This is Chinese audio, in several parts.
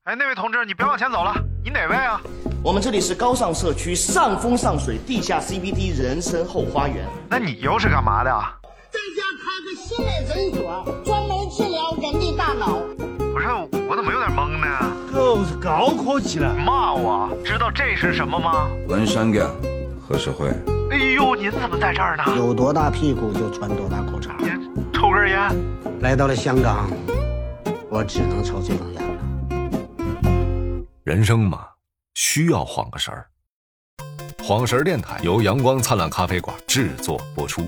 哎，那位同志，你别往前走了，你哪位啊？ 我们这里是高尚社区上风上水地下 CBD 人参后花园。 那你又是干嘛的？ 在家开个心理诊所，专门治疗人的大脑。 不是，我怎么有点懵呢？ 就是高科技了。 骂我？知道这是什么吗？ 文山岗何时会？ 哎呦，您怎么在这儿呢？ 有多大屁股就穿多大裤衩。 抽根烟。 来到了香港，我只能抽这种烟了。 人生嘛，需要晃个神儿。晃神儿电台由阳光灿烂咖啡馆制作播出。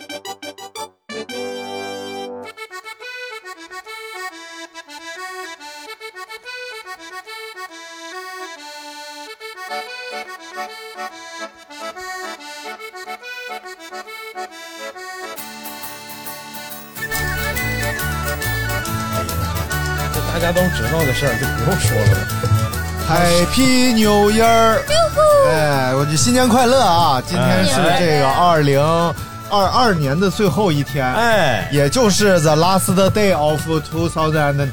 大家都知道的事儿就不用说了。 Happy New Year！ 哎，我就新年快乐啊！今天是这个2022年的最后一天， 哎， 也就是 the last day of 2022。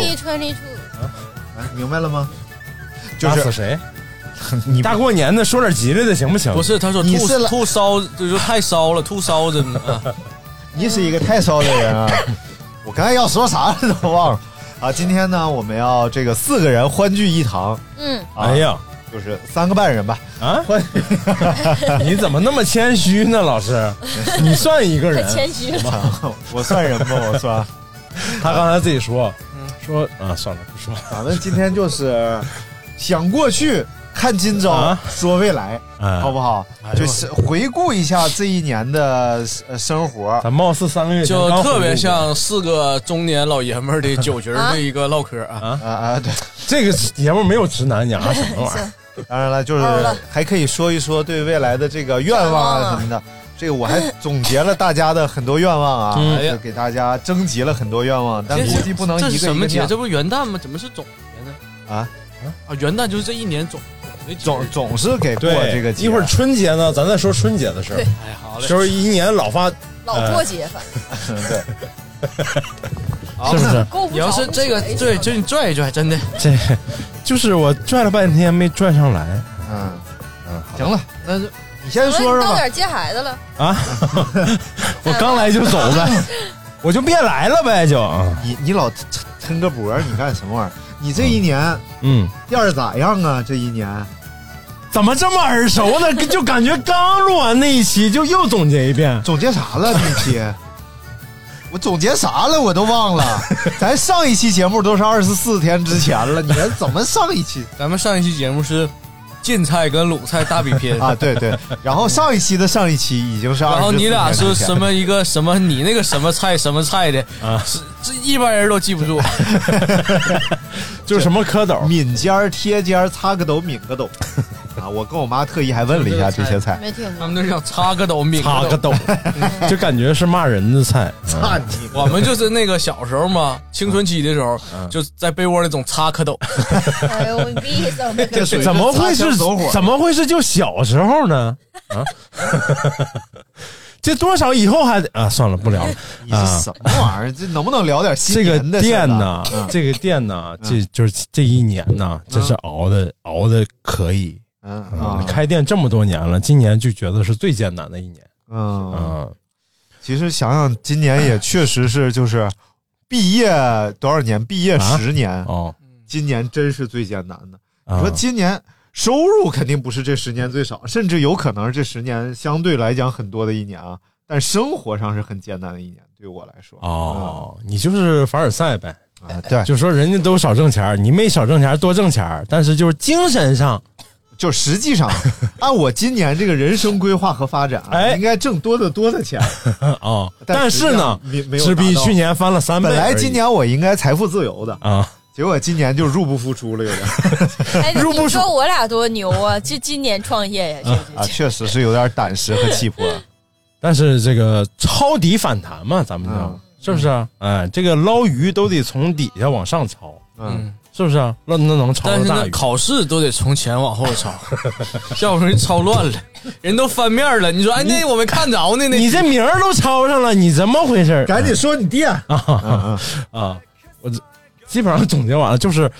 明白了吗？ 就是死谁？你大过年的说点吉利的行不行？ 不是，他说吐烧，就是太烧了，吐烧着呢。 你是一个太烧的人啊！我刚才要说啥都忘了。啊，今天呢，我们要这个4个人欢聚一堂。 哎呀， 就是3个半人吧。 啊，你怎么那么谦虚呢，老师？你算一个人？ 谦虚了。我算人吗？我算。 他刚才自己说，说啊，算了，不说。 咱们今天就是想过去，看今朝，说未来，好不好？就是回顾一下这一年的生活。 咱貌似3个月就特别像4个中年老爷们儿的酒局的一个唠嗑啊。 对， 这个节目没有直男，你啊什么玩意儿？ 当然了，就是还可以说一说对未来的这个愿望啊什么的。这个我还总结了大家的很多愿望啊，就给大家征集了很多愿望，但估计不能一个一个。 这是什么节？这不是元旦吗？怎么是总结呢？ 啊， 元旦就是这一年总是给过这个节。 一会儿春节呢，咱再说春节的事儿。 哎，好嘞， 就是一年老过节，反正对， 是不是？ 你要是这个对，就你拽一拽，真的， 这就是我拽了半天没拽上来。 行了，那就你先说说吧。 到点接孩子了啊！我刚来就走呗，我就别来了呗，就你老抻个脖，你干什么玩意儿？你这一年，店儿咋样啊？这一年怎么这么耳熟呢？就感觉刚录完那一期就又总结一遍。 总结啥了？那期我总结啥了？我都忘了。咱上一期节目都是24天之前了，你们怎么上一期？ 咱们上一期节目是晋菜跟鲁菜大比拼啊，对对。然后上一期的上一期已经是24天之前， 然后你俩是什么一个什么你那个什么菜的啊？这一般人都记不住。 就是什么蝌蚪、 抿尖、贴尖、擦个斗、抿个斗啊！我跟我妈特意还问了一下这些菜， 没听过。 他们都叫擦个斗、抿擦个斗，就感觉是骂人的菜。 擦你！ 我们就是那个小时候嘛，青春期的时候，就在被窝里总擦蝌蚪。 哎呦，你闭嘴！ 怎么会是就小时候呢？啊！这多少以后还得啊？算了，不聊了。 你是什么玩意儿？这能不能聊点新年的事？这个店呢，这就是这一年呢，真是熬的可以。开店这么多年了，今年就觉得是最艰难的一年。 其实想想，今年也确实是就是毕业多少年？毕业10年哦， 今年真是最艰难的。你说今年收入肯定不是这10年最少，甚至有可能是这10年相对来讲很多的一年啊，但生活上是很艰难的一年，对我来说。 你就是凡尔赛呗。 对， 就说人家都少挣钱，你没少挣钱，多挣钱，但是就是精神上， 就实际上按我今年这个人生规划和发展，应该挣多的钱但是呢，只比去年翻了3倍。 本来今年我应该财富自由的啊。 结果今年就入不敷出了，有点。 入不敷出。你说我俩多牛啊！就今年创业呀， 确实是有点胆识和气魄。 但是这个抄底反弹嘛，咱们是不是？哎，这个捞鱼都得从底下往上抄，是不是？那能抄到大鱼？ 但是考试都得从前往后抄，要不然抄乱了，人都翻面了。你说，哎，那我没看着呢， 你这名儿都抄上了，你怎么回事？ 赶紧说你爹我基本上总结完了，就是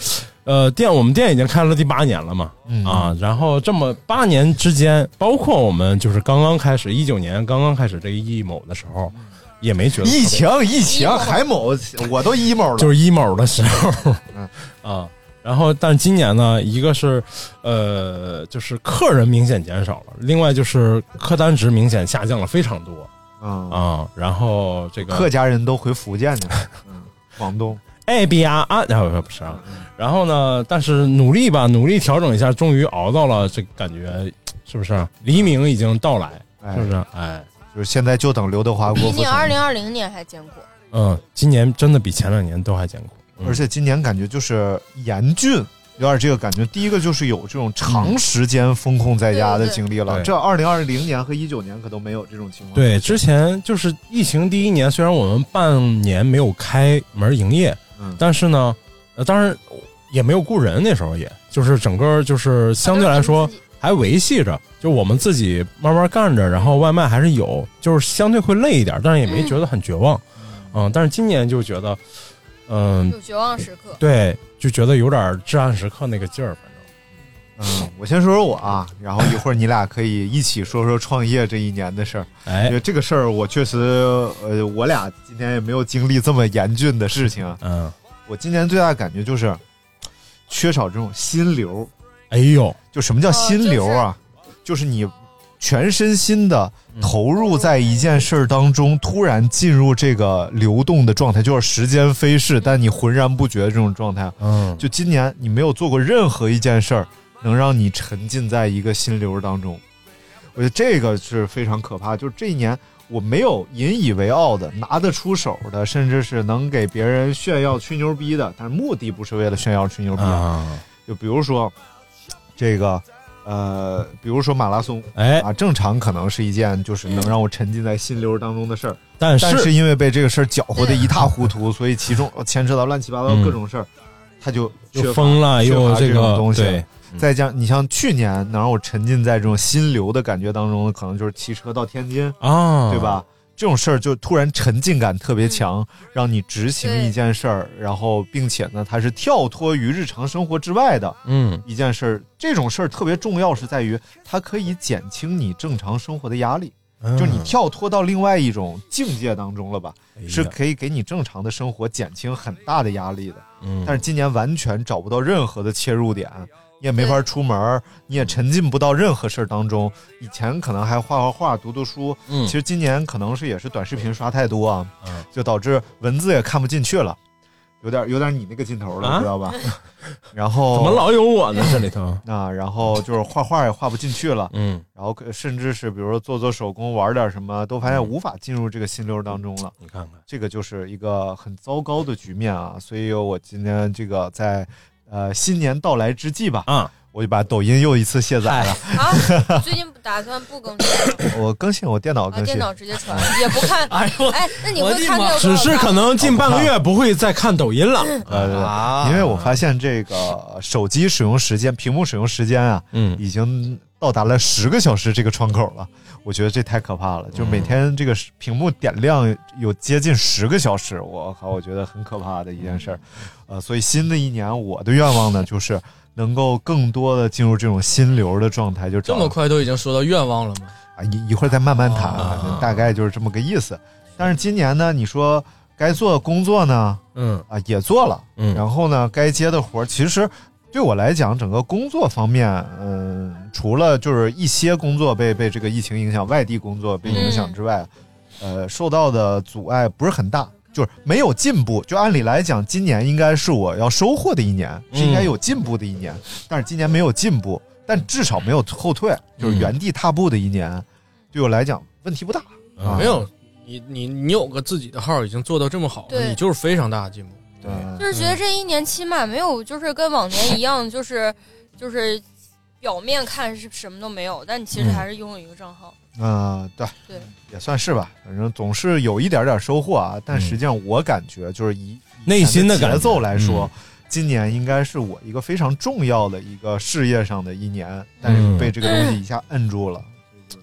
我们店已经开了第8年了嘛，然后这么8年之间，包括我们就是刚刚开始19年刚刚开始这个emo的时候，也没觉得疫情还某我都 emo 了， 就是 emo 的时候，然后但是今年呢，一个是就是客人明显减少了，另外就是客单值明显下降了非常多，然后这个客家人都回福建去了，广东。 哎比亚啊，然后不是啊，然后呢？但是努力调整一下，终于熬到了这个感觉，是不是？黎明已经到来，是不是？哎， 就是现在就等刘德华、郭富城。 比你2020年还艰苦。 今年真的比前2年都还艰苦， 而且今年感觉就是严峻，有点这个感觉。第一个就是有这种长时间封控在家的经历了，这2020年和19年可都没有这种情况。 对，之前就是疫情第1年，虽然我们半年没有开门营业。但是呢，当然也没有雇人，那时候也就是整个就是相对来说还维系着，就我们自己慢慢干着，然后外卖还是有，就是相对会累一点，但是也没觉得很绝望，但是今年就觉得， 有绝望时刻， 对，就觉得有点至暗时刻那个劲儿，反正，我先说说我啊，然后一会儿你俩可以一起说说创业这1年的事儿，因为这个事儿我确实，我俩今年也没有经历这么严峻的事情，我今年最大的感觉就是缺少这种心流。 哎呦， 就什么叫心流啊？就是你全身心的投入在一件事儿当中，突然进入这个流动的状态，就是时间飞逝，但你浑然不觉的这种状态。就今年你没有做过任何一件事儿能让你沉浸在一个心流当中，我觉得这个是非常可怕。就是这1年我没有引以为傲的拿得出手的，甚至是能给别人炫耀吹牛逼的，但是目的不是为了炫耀吹牛逼，就比如说这个比如说马拉松，正常可能是一件就是能让我沉浸在心流当中的事儿，但是因为被这个事儿搅和的一塌糊涂，所以其中牵扯到乱七八糟各种事儿，它就又疯了，又这种东西。 对， 再加你像去年能让我沉浸在这种心流的感觉当中，可能就是骑车到天津对吧？这种事儿就突然沉浸感特别强，让你执行一件事儿，然后并且呢，它是跳脱于日常生活之外的，一件事儿。这种事儿特别重要，是在于它可以减轻你正常生活的压力，就你跳脱到另外一种境界当中了吧，是可以给你正常的生活减轻很大的压力的。但是今年完全找不到任何的切入点。你也没法出门，你也沉浸不到任何事当中。以前可能还画画、读书，其实今年可能是也是短视频刷太多啊，就导致文字也看不进去了，有点你那个劲头了，知道吧？然后怎么老有我呢？这里头然后就是画画也画不进去了，然后甚至是比如说做手工、玩点什么，都发现无法进入这个心流当中了。 你看看， 这个就是一个很糟糕的局面啊！所以我今天这个在。新年到来之际吧，我就把抖音又一次卸载了。 最近打算不更新了？ 我更新，我电脑更新， 电脑直接传，也不看。那你会看这个？ 只是可能近半个月不会再看抖音了。 因为我发现这个手机使用时间、屏幕使用时间啊，已经到达了10个小时这个窗口了。我觉得这太可怕了，就每天这个屏幕点亮有接近10个小时，我觉得很可怕的一件事儿。所以新的1年我的愿望呢，就是能够更多的进入这种心流的状态。就这么快都已经说到愿望了吗？ 一会儿再慢慢谈，大概就是这么个意思。但是今年呢，你说该做的工作呢，也做了，然后呢，该接的活其实。对我来讲，整个工作方面，除了就是一些工作被这个疫情影响，外地工作被影响之外，受到的阻碍不是很大，就是没有进步。就按理来讲，今年应该是我要收获的1年，是应该有进步的1年，但是今年没有进步，但至少没有后退，就是原地踏步的1年，对我来讲问题不大。 没有，你有个自己的号已经做到这么好，你就是非常大的进步。 对， 就是觉得这1年起码没有，就是跟往年一样，就是表面看是什么都没有，但你其实还是拥有一个账号。 对，也算是吧，反正总是有一点收获啊。但实际上我感觉就是以内心的节奏来说，今年应该是我一个非常重要的一个事业上的1年，但是被这个东西一下摁住了。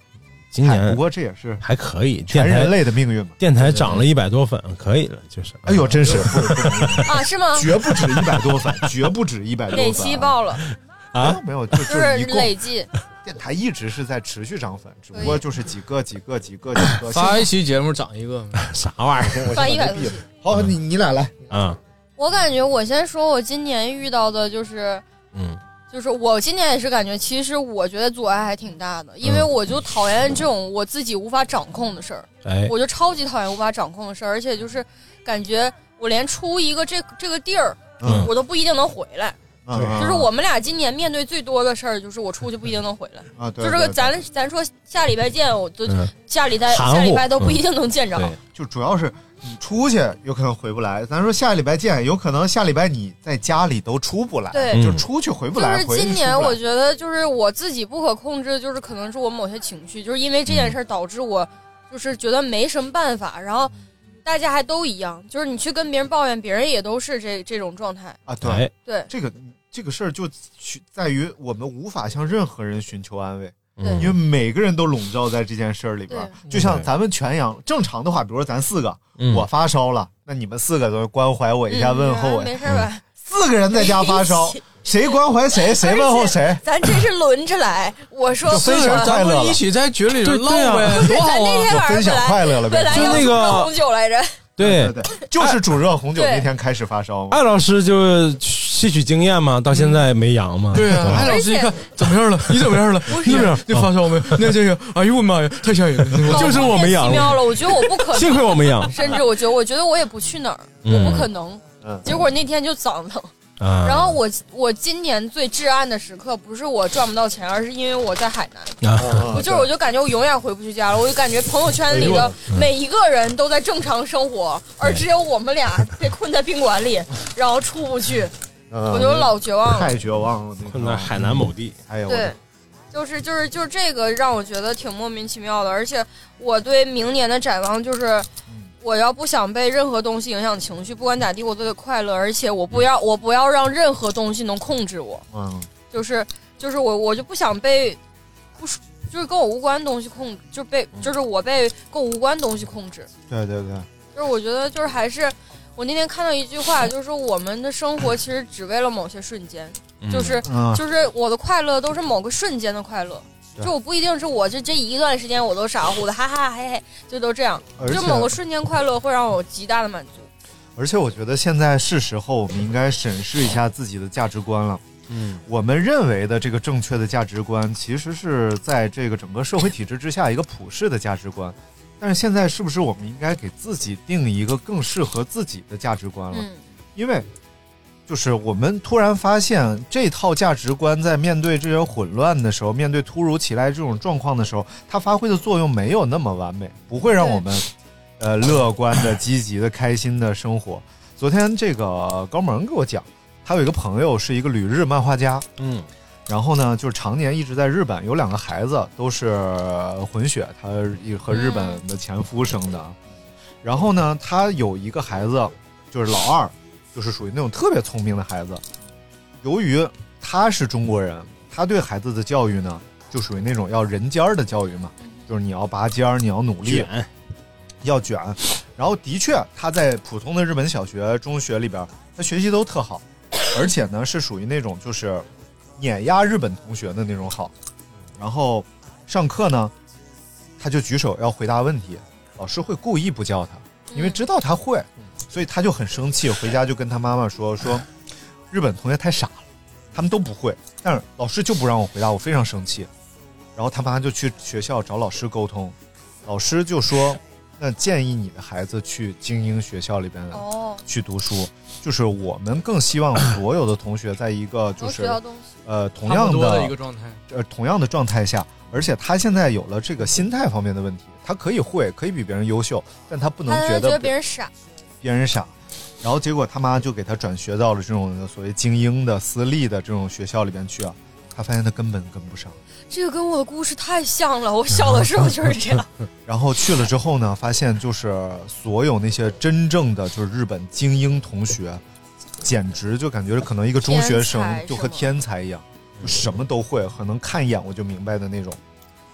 今年不过这也是还可以， 全人类的命运嘛。 电台涨了100多粉，可以了，就是。 哎呦，真是啊，是吗？ 绝不止100多粉，绝不止100多粉。 哪期爆了？ 啊， 没有，就是累计。 电台一直是在持续涨粉，只不过就是几个发一期节目涨一个， 啥玩意儿？ 发100多期。 好，你俩来。 我感觉我先说，我今年遇到的就是，就是我今年也是感觉，其实我觉得阻碍还挺大的，因为我就讨厌这种我自己无法掌控的事儿，我就超级讨厌无法掌控的事儿，而且就是感觉我连出一个这个地儿，我都不一定能回来。就是我们俩今年面对最多的事儿，就是我出去不一定能回来啊。对， 就是咱说下礼拜见，我都下礼拜都不一定能见着。 就主要是你出去有可能回不来，咱说下礼拜见，有可能下礼拜你在家里都出不来， 对， 就出去回不来。 就是今年我觉得就是我自己不可控制，就是可能是我某些情绪，就是因为这件事导致我就是觉得没什么办法，然后。大家还都一样，就是你去跟别人抱怨，别人也都是这种状态啊。对对， 这个事儿就在于我们无法向任何人寻求安慰， 因为每个人都笼罩在这件事儿里边。就像咱们全阳正常的话，比如说咱4个，我发烧了，那你们4个都关怀我一下，问候我， 没事吧 ？4个人在家发烧。谁关怀谁，谁问候谁？ 咱真是轮着来。我说分享快乐了， 一起在群里唠呗，多好啊！分享快乐了， 本来要煮热红酒来着。 对， 就是煮热红酒那天开始发烧嘛。 艾老师就吸取经验嘛，到现在没阳嘛。 对啊，艾老师一看怎么样了？你怎么样了？你怎么样？你发烧没？那这个，哎呦我妈呀，太吓人了！ 就是我没阳。 奇妙了，我觉得我不可能。 幸亏我没阳。 甚至我觉得我也不去哪儿，我不可能。结果那天就嗓子疼。然后我今年最至暗的时刻不是我赚不到钱，而是因为我在海南，我就感觉我永远回不去家了，我就感觉朋友圈里的每一个人都在正常生活，而只有我们俩被困在宾馆里，然后出不去，我就老绝望了， 太绝望了， 困在海南某地。 哎呦， 对，就是这个让我觉得挺莫名其妙的，而且我对明年的展望就是。我要不想被任何东西影响情绪，不管咋地我都得快乐，而且我不要让任何东西能控制我。就是我就不想被就是跟我无关的东西控制，就是我被跟我无关的东西控制。 对， 就是我觉得就是还是我那天看到一句话，就是说我们的生活其实只为了某些瞬间，就是我的快乐都是某个瞬间的快乐。就我不一定是我这一段时间我都傻乎的，哈哈嘿嘿，就都这样。就某个瞬间快乐会让我极大的满足。 而且我觉得现在是时候，我们应该审视一下自己的价值观了。我们认为的这个正确的价值观，其实是在这个整个社会体制之下一个普世的价值观。但是现在是不是我们应该给自己定一个更适合自己的价值观了？因为。就是我们突然发现这套价值观在面对这些混乱的时候，面对突如其来这种状况的时候，它发挥的作用没有那么完美，不会让我们乐观的、积极的、开心的生活。昨天这个高萌给我讲，他有一个朋友是一个旅日漫画家，然后呢就是常年一直在日本，有2个孩子都是混血，他和日本的前夫生的。然后呢他有一个孩子就是老2，就是属于那种特别聪明的孩子。由于他是中国人，他对孩子的教育呢就属于那种要人尖的教育嘛，就是你要拔尖，你要努力，要卷。然后的确他在普通的日本小学中学里边，他学习都特好，而且呢是属于那种就是碾压日本同学的那种好。然后上课呢他就举手要回答问题，老师会故意不叫他，因为知道他会，所以他就很生气，回家就跟他妈妈说日本同学太傻了，他们都不会，但是老师就不让我回答，我非常生气。然后他妈就去学校找老师沟通，老师就说那建议你的孩子去精英学校里边去读书，就是我们更希望所有的同学在一个就是同样的一个状态，同样的状态下。而且他现在有了这个心态方面的问题，他可以比别人优秀，但他不能觉得别人傻。 然后结果他妈就给他转学到了这种所谓精英的私立的这种学校里边去啊，他发现他根本跟不上。 这个跟我的故事太像了，我小的时候就是这样。 然后去了之后呢，发现就是所有那些真正的就是日本精英同学，简直就感觉可能一个中学生就和天才一样，就什么都会，可能看一眼我就明白的那种。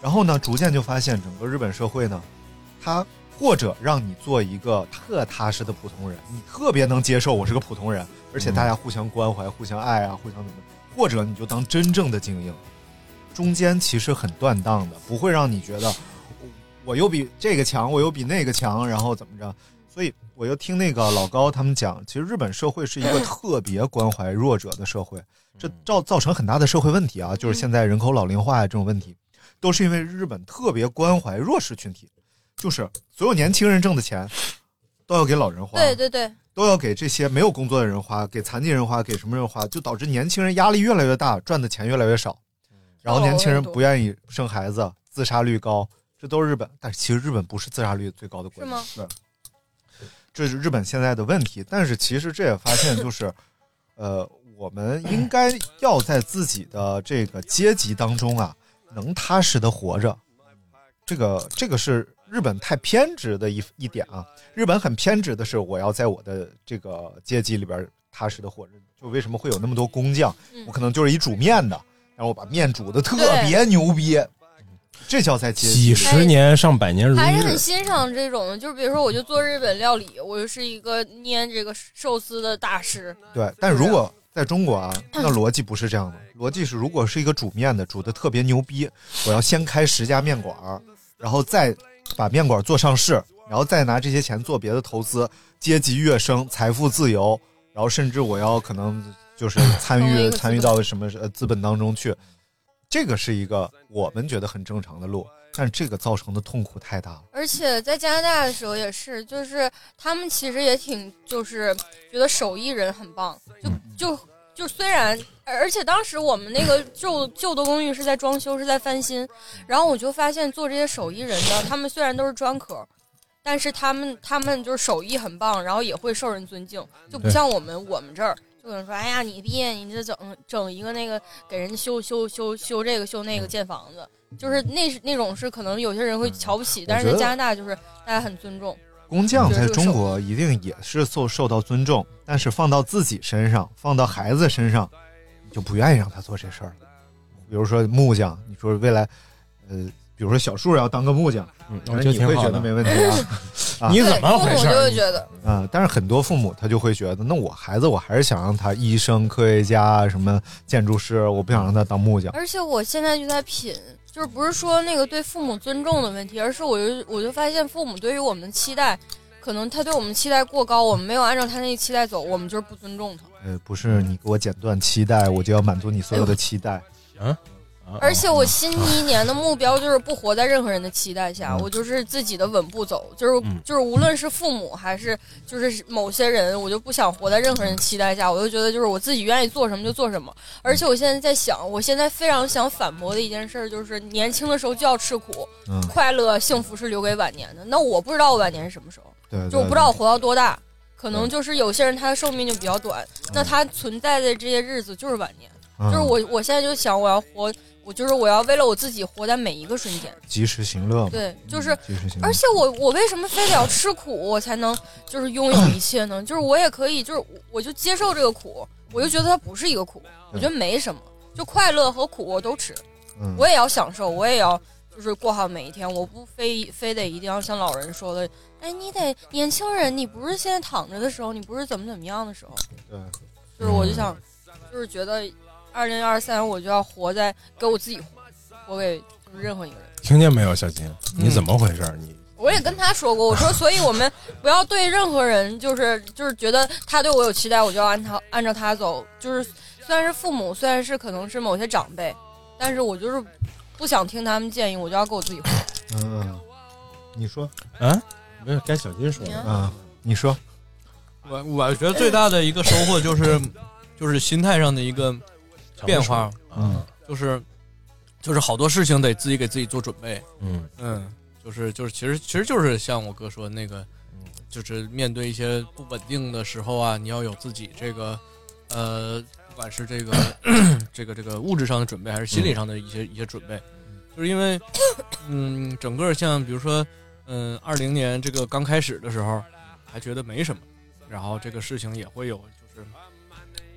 然后呢，逐渐就发现整个日本社会呢，它或者让你做一个特踏实的普通人，你特别能接受我是个普通人，而且大家互相关怀、互相爱啊，互相怎么，或者你就当真正的精英，中间其实很断档的，不会让你觉得我又比这个强，我又比那个强，然后怎么着。所以我又听那个老高他们讲，其实日本社会是一个特别关怀弱者的社会，这造成很大的社会问题啊，就是现在人口老龄化这种问题，都是因为日本特别关怀弱势群体，就是所有年轻人挣的钱都要给老人花， 对对对， 都要给这些没有工作的人花，给残疾人花，给什么人花，就导致年轻人压力越来越大，赚的钱越来越少，然后年轻人不愿意生孩子，自杀率高，这都是日本。但是其实日本不是自杀率最高的国家， 是吗？ 对，这是日本现在的问题。但是其实这也发现就是，我们应该要在自己的这个阶级当中啊，能踏实的活着。这个是日本太偏执的一点啊。日本很偏执的是，我要在我的这个阶级里边踏实的活着。就为什么会有那么多工匠？我可能就是一煮面的，然后我把面煮的特别牛逼。这叫在阶级几十年上百年如一日， 还是很欣赏这种的。就是比如说，我就做日本料理，我就是一个捏这个寿司的大师。 对，但如果在中国啊，那逻辑不是这样的。逻辑是，如果是一个煮面的，煮的特别牛逼，我要先开10家面馆，然后再把面馆做上市，然后再拿这些钱做别的投资，阶级跃升，财富自由，然后甚至我要可能就是参与到什么资本当中去。这个是一个我们觉得很正常的路，但这个造成的痛苦太大了。 而且在加拿大的时候也是，就是他们其实也挺就是觉得手艺人很棒，就虽然，而且当时我们那个旧的公寓是在装修，是在翻新，然后我就发现做这些手艺人的，他们虽然都是专科，但是他们就是手艺很棒，然后也会受人尊敬，就不像我们这儿。就有人说，哎呀，你毕业你这整一个那个给人修这个修那个建房子，就是那种是可能有些人会瞧不起，但是在加拿大就是大家很尊重。 工匠在中国一定也是受到尊重，但是放到自己身上，放到孩子身上，你就不愿意让他做这事儿了。比如说木匠，你说未来，比如说小树要当个木匠，你会觉得没问题啊？ 你怎么回事？ 父母就会觉得但是很多父母他就会觉得，那我孩子我还是想让他医生、科学家、什么建筑师，我不想让他当木匠。 而且我现在就在品，就是不是说那个对父母尊重的问题，而是我就发现父母对于我们的期待，可能他对我们期待过高，我们没有按照他那个期待走，我们就是不尊重他。 不是你给我剪断期待，我就要满足你所有的期待。 而且我新一年的目标就是不活在任何人的期待下，我就是自己的稳步走，就是无论是父母还是就是某些人，我就不想活在任何人的期待下，我就觉得就是我自己愿意做什么就做什么。而且我现在在想，我现在非常想反驳的一件事就是年轻的时候就要吃苦，快乐幸福是留给晚年的。那我不知道我晚年是什么时候，就我不知道我活到多大，可能就是有些人他的寿命就比较短，那他存在的这些日子就是晚年。就是我现在就想我要活，我要为了我自己活在每一个瞬间， 及时行乐嘛。 对，就是而且我为什么非得要吃苦我才能就是拥有一切呢？就是我也可以，就是我就接受这个苦，我就觉得它不是一个苦，我觉得没什么，就快乐和苦我都吃，我也要享受，我也要就是过好每一天，我不非得一定要像老人说的，哎，你得年轻人，你不是现在躺着的时候，你不是怎么样的时候， 对， 就是我就想，就是觉得。2023我就要活在给我自己活给就是任何一个人。 听见没有，小金？你怎么回事？ 我也跟他说过，我说，所以我们不要对任何人就是觉得他对我有期待，我就要按照他走。就是虽然是父母，虽然是可能是某些长辈，但是我就是不想听他们建议，我就要给我自己活。 你说没有该小金说你说。 我觉得最大的一个收获就是心态上的一个变化，就是好多事情得自己给自己做准备，就是其实就是像我哥说那个，就是面对一些不稳定的时候啊，你要有自己这个不管是这个物质上的准备，还是心理上的一些准备，就是因为整个像比如说20年这个刚开始的时候还觉得没什么，然后这个事情也会有就是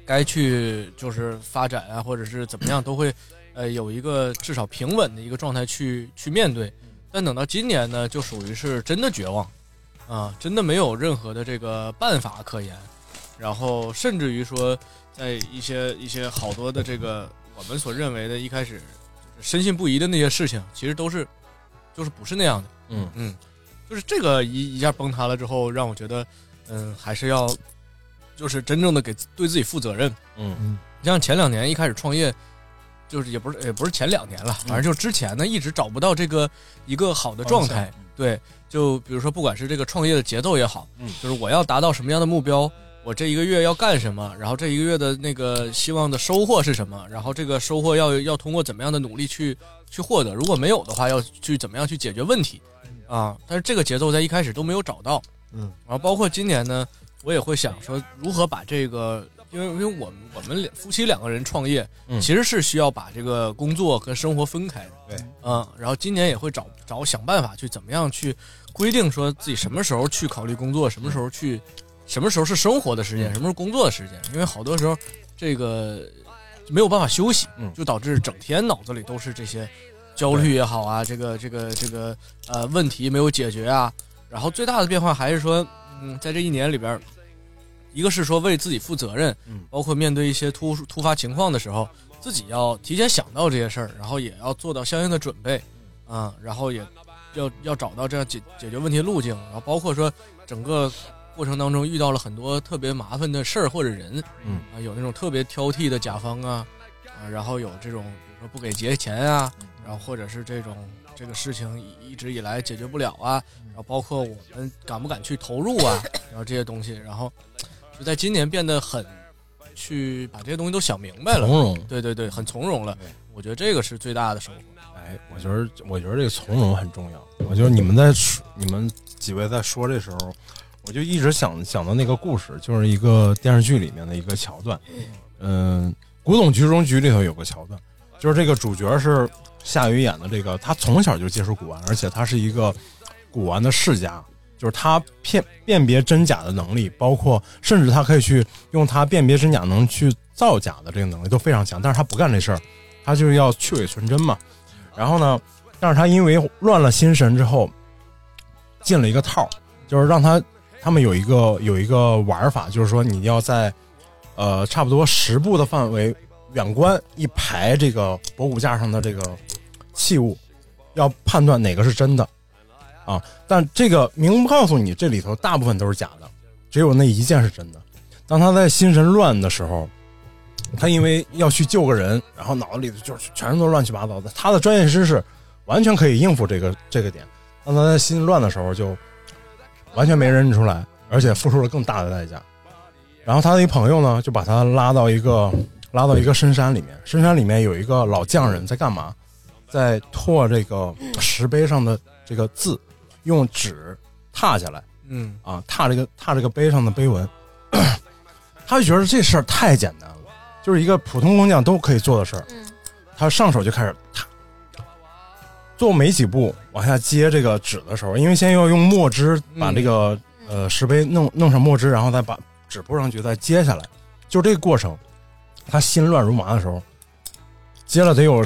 该去就是发展啊，或者是怎么样，都会有一个至少平稳的一个状态去面对。但等到今年呢，就属于是真的绝望啊，真的没有任何的这个办法可言，然后甚至于说，在一些好多的这个我们所认为的一开始就是深信不疑的那些事情，其实都是就是不是那样的。就是这个一下崩塌了之后，让我觉得还是要就是真正的对自己负责任。像前2年一开始创业，就是也不是前2年了，反正就之前呢一直找不到这个一个好的状态。对，就比如说不管是这个创业的节奏也好，就是我要达到什么样的目标，我这1个月要干什么，然后这1个月的那个希望的收获是什么，然后这个收获要通过怎么样的努力去获得，如果没有的话要去怎么样去解决问题啊。但是这个节奏在一开始都没有找到。然后包括今年呢，我也会想说如何把这个，因为我们夫妻2个人创业，其实是需要把这个工作和生活分开的。 对， 然后今年也会找想办法去怎么样去规定说自己什么时候去考虑工作，什么时候是生活的时间，什么时候工作的时间，因为好多时候这个没有办法休息，就导致整天脑子里都是这些焦虑也好啊，这个问题没有解决啊。然后最大的变化还是说，在这1年里边，一个是说为自己负责任，包括面对一些突发情况的时候，自己要提前想到这些事儿，然后也要做到相应的准备，然后也要找到这样解决问题的路径，然后包括说整个过程当中遇到了很多特别麻烦的事儿或者人，有那种特别挑剔的甲方啊，然后有这种比如说不给结钱啊，然后或者是这个事情一直以来解决不了啊，然后包括我们敢不敢去投入啊，然后这些东西，然后就在今年变得很去把这些东西都想明白了， 从容， 对，很从容了。我觉得这个是最大的收获。 我觉得这个从容很重要。我觉得你们几位在说这时候，我就一直想到那个故事，就是一个电视剧里面的一个桥段。古董局中局里头有个桥段，就是这个主角是夏雨演的这个，他从小就接触古玩，而且他是一个古玩的世家，就是他辨别真假的能力，包括甚至他可以去用他辨别真假能去造假的这个能力都非常强，但是他不干这事儿，他就是要去伪存真嘛。然后呢，但是他因为乱了心神之后进了一个套，就是让他们有一个玩法，就是说你要在差不多10步的范围远观一排这个博古架上的这个器物，要判断哪个是真的啊。但这个明告诉你，这里头大部分都是假的，只有那一件是真的。当他在心神乱的时候，他因为要去救个人，然后脑子里就是全都乱七八糟的，他的专业知识完全可以应付这个点。当他在心乱的时候，就完全没认出来，而且付出了更大的代价。然后他的一朋友呢，就把他拉到一个深山里面，深山里面有一个老匠人在干嘛？在拓这个石碑上的这个字，用纸踏下来，踏这个碑上的碑文。他就觉得这事儿太简单了，就是一个普通工匠都可以做的事儿。他上手就开始踏，做没几步往下接这个纸的时候，因为先要用墨汁把这个石碑弄上墨汁，然后再把纸铺上去，再接下来，就这个过程，他心乱如麻的时候，接了得有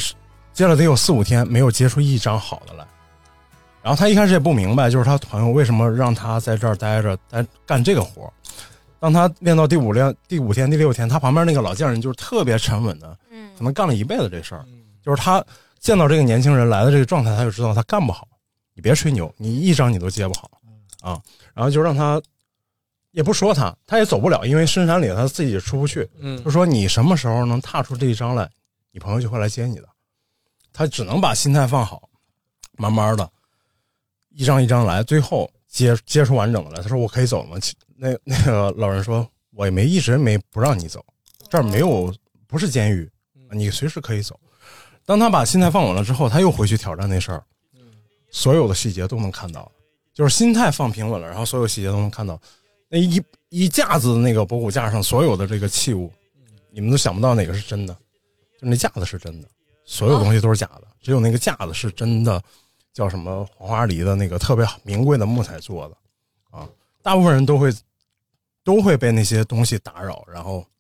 4-5天没有接出一张好的来。然后他一开始也不明白，就是他朋友为什么让他在这儿待着干这个活。当他练到第5天、第6天，他旁边那个老匠人就是特别沉稳的，可能干了一辈子这事儿，就是他见到这个年轻人来的这个状态，他就知道他干不好，你别吹牛，你一张你都接不好啊。然后就让他也不说他也走不了，因为深山里他自己也出不去。就说你什么时候能踏出这一张来，你朋友就会来接你的。他只能把心态放好，慢慢的一张一张来，最后接出完整的来。他说我可以走吗？那个老人说我也一直没不让你走，这儿没有，不是监狱，你随时可以走。当他把心态放稳了之后，他又回去挑战那事儿，所有的细节都能看到，就是心态放平稳了，然后所有细节都能看到。那一架子的那个博古架上所有的这个器物，你们都想不到哪个是真的，就那架子是真的，所有东西都是假的，只有那个架子是真的，叫什么黄花梨的那个特别名贵的木材做的啊。大部分人都会被那些东西打扰，然后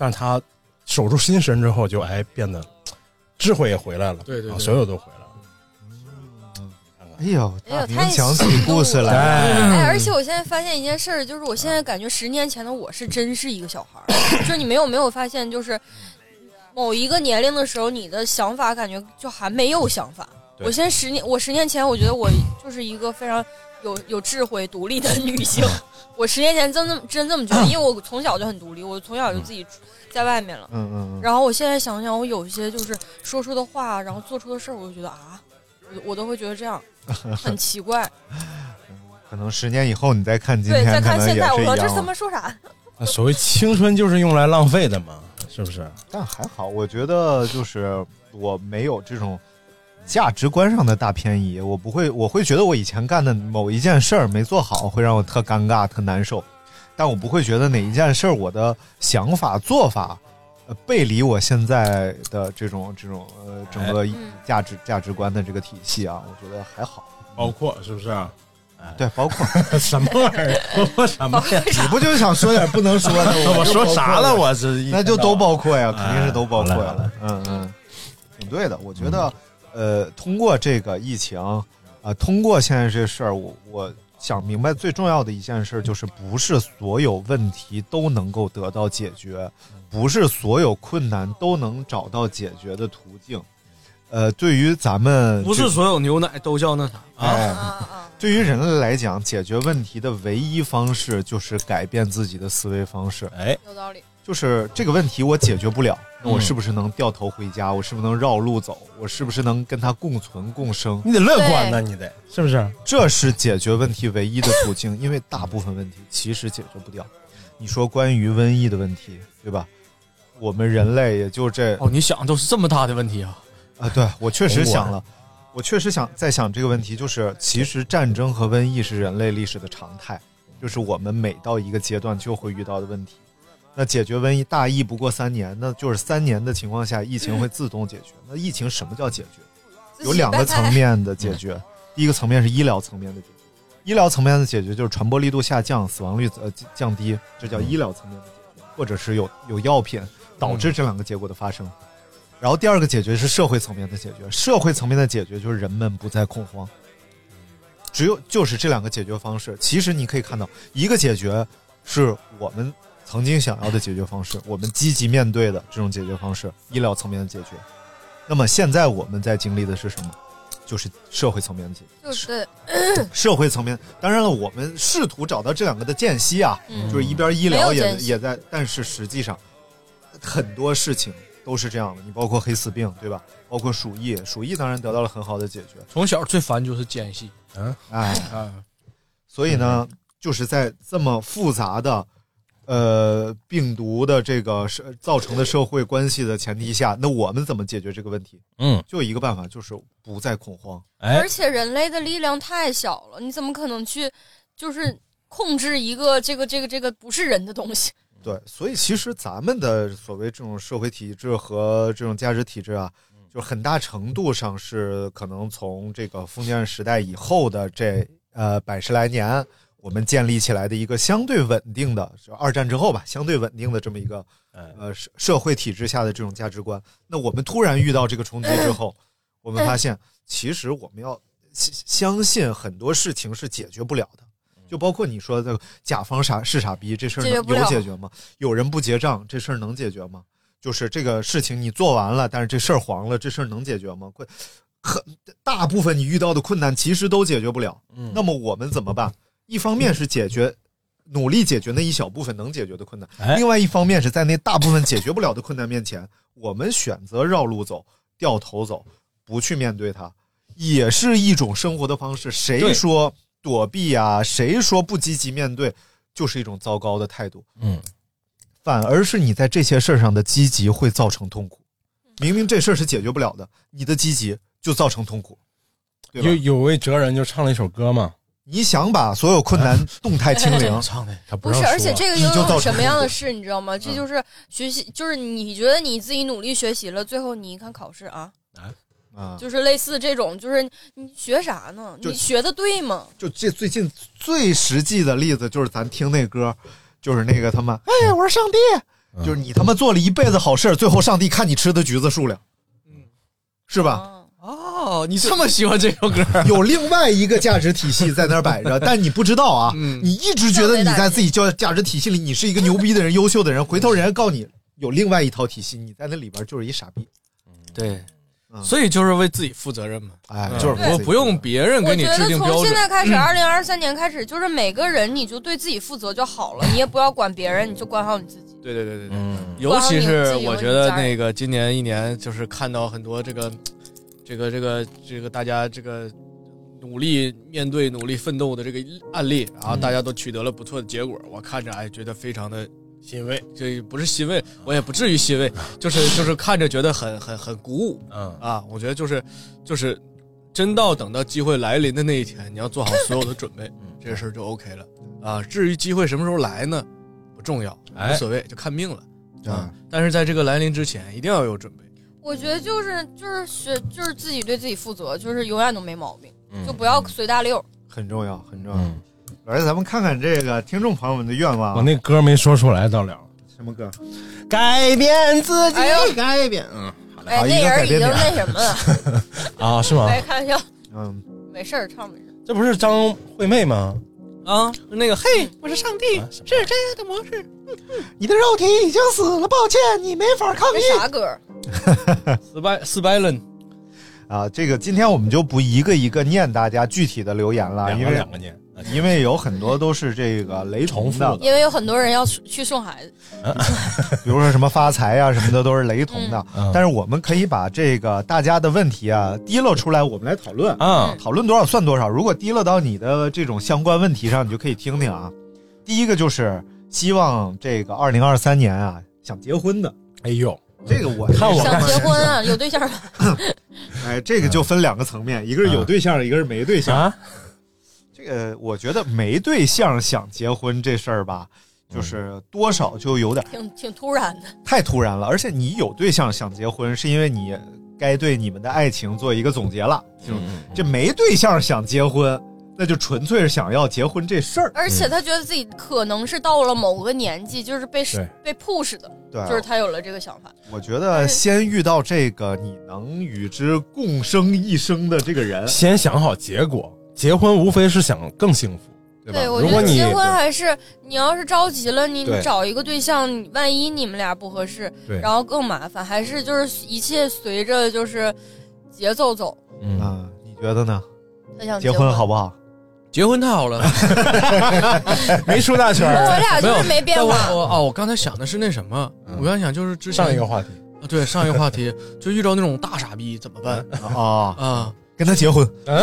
但是他守住心神之后就变得智慧也回来了， 对， 所有都回来了。 哎呦，大明讲起故事来了。而且我现在发现一件事儿，就是我现在感觉10年前的我是真是一个小孩儿。就是你没有发现，就是某一个年龄的时候，你的想法感觉就还没有想法。我现在10年前，我觉得我就是一个非常有智慧、独立的女性。我10年前真这么觉得，因为我从小就很独立，我从小就自己在外面了。然后我现在想想，我有一些就是说出的话，然后做出的事儿，我就觉得我都会觉得这样很奇怪。 可能10年以后你再看今天， 对，再看现在，我说这他么说啥？ 所谓青春就是用来浪费的嘛，是不是？ 但还好，我觉得就是我没有这种价值观上的大偏移，我会觉得我以前干的某一件事儿没做好，会让我特尴尬、特难受，但我不会觉得哪一件事儿我的想法、做法，背离我现在的这种整个价值观的这个体系啊，我觉得还好。 包括是不是？ 对，包括什么玩意儿？包括什么呀？ 你不就想说点不能说的？ 我说啥了？我是那就都包括呀，肯定是都包括呀。挺对的。我觉得，通过这个疫情，通过现在这事儿，我想明白最重要的一件事就是，不是所有问题都能够得到解决，不是所有困难都能找到解决的途径。对于咱们不是所有牛奶都叫那啥对于人类来讲，解决问题的唯一方式就是改变自己的思维方式。 有道理。 就是这个问题我解决不了，那我是不是能掉头回家？我是不是能绕路走？我是不是能跟他共存共生？ 你得乐观呢，你得是不是？ 这是解决问题唯一的途径，因为大部分问题其实解决不掉。你说关于瘟疫的问题，对吧？我们人类也就这你想都是这么大的问题啊！ 对，我确实想了，我确实在想这个问题，就是其实战争和瘟疫是人类历史的常态，就是我们每到一个阶段就会遇到的问题。那解决瘟疫大疫不过3年，那就是3年的情况下，疫情会自动解决。那疫情什么叫解决？有2个层面的解决。第一个层面是医疗层面的解决，医疗层面的解决就是传播力度下降，死亡率降低，这叫医疗层面的解决，或者是有药品导致这2个结果的发生。然后第2个解决是社会层面的解决，社会层面的解决就是人们不再恐慌。就是这2个解决方式。其实你可以看到，一个解决是我们曾经想要的解决方式，我们积极面对的这种解决方式，医疗层面的解决。那么现在我们在经历的是什么？就是社会层面的解决。 就是社会层面，当然了，我们试图找到这2个的间隙啊，就是一边医疗也在，但是实际上很多事情都是这样的。你包括黑死病，对吧？包括鼠疫当然得到了很好的解决。 从小最烦就是间隙， 所以呢，就是在这么复杂的病毒的这个造成的社会关系的前提下，那我们怎么解决这个问题？就一个办法，就是不再恐慌。 而且人类的力量太小了，你怎么可能去就是控制一个这个不是人的东西？ 对，所以其实咱们的所谓这种社会体制和这种价值体制啊，就很大程度上是可能从这个封建时代以后的这100来年，我们建立起来的一个相对稳定的，就2战之后吧，相对稳定的这么一个社会体制下的这种价值观。那我们突然遇到这个冲击之后，我们发现其实我们要相信很多事情是解决不了的。就包括你说的甲方是傻逼这事儿有解决吗？有人不结账这事儿能解决吗？就是这个事情你做完了，但是这事儿黄了，这事儿能解决吗？大部分你遇到的困难其实都解决不了。那么我们怎么办？一方面是努力解决那一小部分能解决的困难，另外一方面是在那大部分解决不了的困难面前，我们选择绕路走，掉头走，不去面对它，也是一种生活的方式。谁说躲避啊，谁说不积极面对就是一种糟糕的态度。反而是你在这些事儿上的积极会造成痛苦。明明这事儿是解决不了的，你的积极就造成痛苦，对吧？ 有位哲人就唱了一首歌嘛， 你想把所有困难动态清零， 他不是，而且这个又有什么样的事，你知道吗？这就是学习，就是你觉得你自己努力学习了，最后你一看考试就是类似这种，就是你学啥呢？你学的对吗？ 就这最近最实际的例子就是咱听那歌，就是那个他们，哎，我是上帝， 就是你他妈做了一辈子好事，最后上帝看你吃的橘子数量，是吧？ 哦，你这么喜欢这首歌？ 有另外一个价值体系在那儿摆着，但你不知道啊，你一直觉得你在自己价值体系里你是一个牛逼的人、优秀的人，回头人家告你有另外一套体系，你在那里边就是一傻逼。 对。所以就是为自己负责任嘛， 就是不用别人给你制定标准。 我觉得从现在开始，2023年开始，就是每个人你就对自己负责就好了，你也不要管别人，你就管好你自己。 对，尤其是我觉得那个今年一年，就是看到很多这个大家这个努力面对、努力奋斗的这个案例，然后大家都取得了不错的结果，我看着觉得非常的。 欣慰， 这不是欣慰，我也不至于欣慰，就是看着觉得很鼓舞，我觉得就是真到等到机会来临的那一天，你要做好所有的准备，这个事儿就 OK 了啊。至于机会什么时候来呢，不重要，无所谓，就看命了啊。但是在这个来临之前，一定要有准备。 我觉得就是自己对自己负责，就是永远都没毛病，就不要随大溜， 很重要，很重要。老师，咱们看看这个听众朋友们的愿望。 我那歌没说出来，到了什么歌？ 改变自己，改变。 好嘞。那人已经那什么了啊？是吗？ 来开玩笑。没事唱没事。 这不是张惠妹吗？ 啊，那个嘿，我是上帝，是这样的模式。 你的肉体已经死了，抱歉，你没法抗议。 啥歌 ？Spylen。 啊，这个今天我们就不一个一个念大家具体的留言了， 两个念。 因为有很多都是这个雷同的， 因为有很多人要去送孩子， 比如说什么发财啊什么的都是雷同的。但是我们可以把这个大家的问题啊提了出来，我们来讨论讨论多少算多少。如果提了到你的这种相关问题上，你就可以听听啊。第一个就是希望这个2023年啊想结婚的， 哎呦， 这个我看我想结婚啊，有对象吗？ 哎，这个就分两个层面，一个是有对象，一个是没对象。这个我觉得没对象想结婚这事儿吧，就是多少就有点挺突然的， 太突然了。而且你有对象想结婚，是因为你该对你们的爱情做一个总结了。这没对象想结婚，那就纯粹是想要结婚这事儿。 而且他觉得自己可能是到了某个年纪，就是被 push 的， 对， 就是他有了这个想法。 我觉得先遇到这个你能与之共生一生的这个人， 先想好结果。结婚无非是想更幸福，对吧？ 对，我觉得结婚还是你要是着急了，你找一个对象，万一你们俩不合适，然后更麻烦。还是就是一切随着就是节奏走。 你觉得呢？ 他想结婚好不好？ 结婚太好了， 没出大圈。 我俩就是没变化。 我刚才想的是那什么，我刚才想就是之前上一个话题对，上一个话题就遇到那种大傻逼怎么办跟他结婚原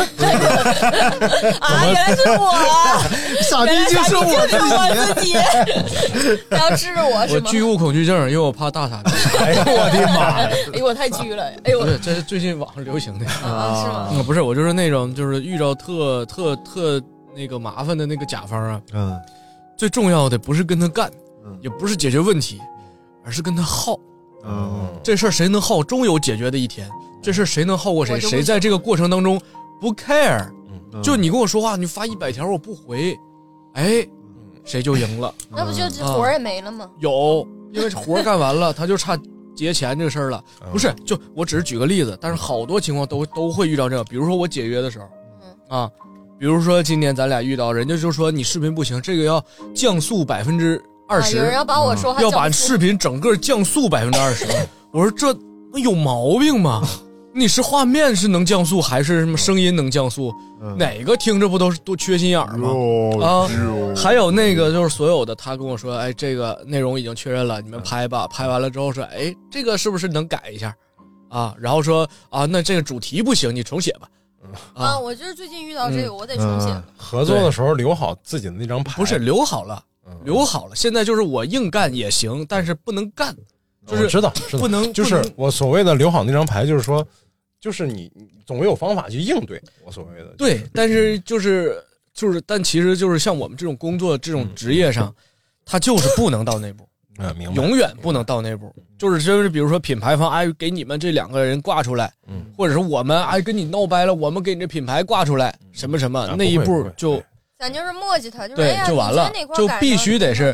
来是我， 傻逼就是我自己，要治我是吗？ 我惧物恐惧症，因为我怕大傻逼。 哎呦我的妈！ 哎呦我太惧了！哎呦， 这是最近网上流行的是吗？ 不是，我就是那种就是遇到特那个麻烦的那个甲方啊，最重要的不是跟他干，也不是解决问题，而是跟他耗。这事儿谁能耗，终有解决的一天。这事儿谁能耗过谁，谁在这个过程当中不 care，就你跟我说话，你发100条我不回，哎，谁就赢了。 那不就活儿也没了吗？ 有，因为活干完了，他就差结钱这个事儿了。不是，就我只是举个例子，但是好多情况都会遇到这个。比如说我解约的时候，比如说今年咱俩遇到，人家就说你视频不行，这个要降速20%， 有人要把我说话要把视频整个降速20%。我说这有毛病吗？你是画面是能降速，还是什么声音能降速？哪个听着不都缺心眼儿吗？还有那个就是所有的，他跟我说，哎，这个内容已经确认了，你们拍吧。拍完了之后说，哎，这个是不是能改一下啊？然后说啊，那这个主题不行，你重写吧。 我就是最近遇到这个，我得重写。 合作的时候留好自己的那张牌， 不是留好了，留好了。现在就是我硬干也行，但是不能干。就是知道不能， 就是我所谓的留好那张牌，就是说，就是你总有方法去应对我所谓的。 对，但是但其实就是像我们这种工作这种职业上，他就是不能到那步， 明白， 永远不能到那步。就是比如说品牌方给你们这2个人挂出来，或者是我们跟你闹掰了，我们给你这品牌挂出来，什么那一步就。 咱就是磨叽他， 对，就完了，就必须得是，比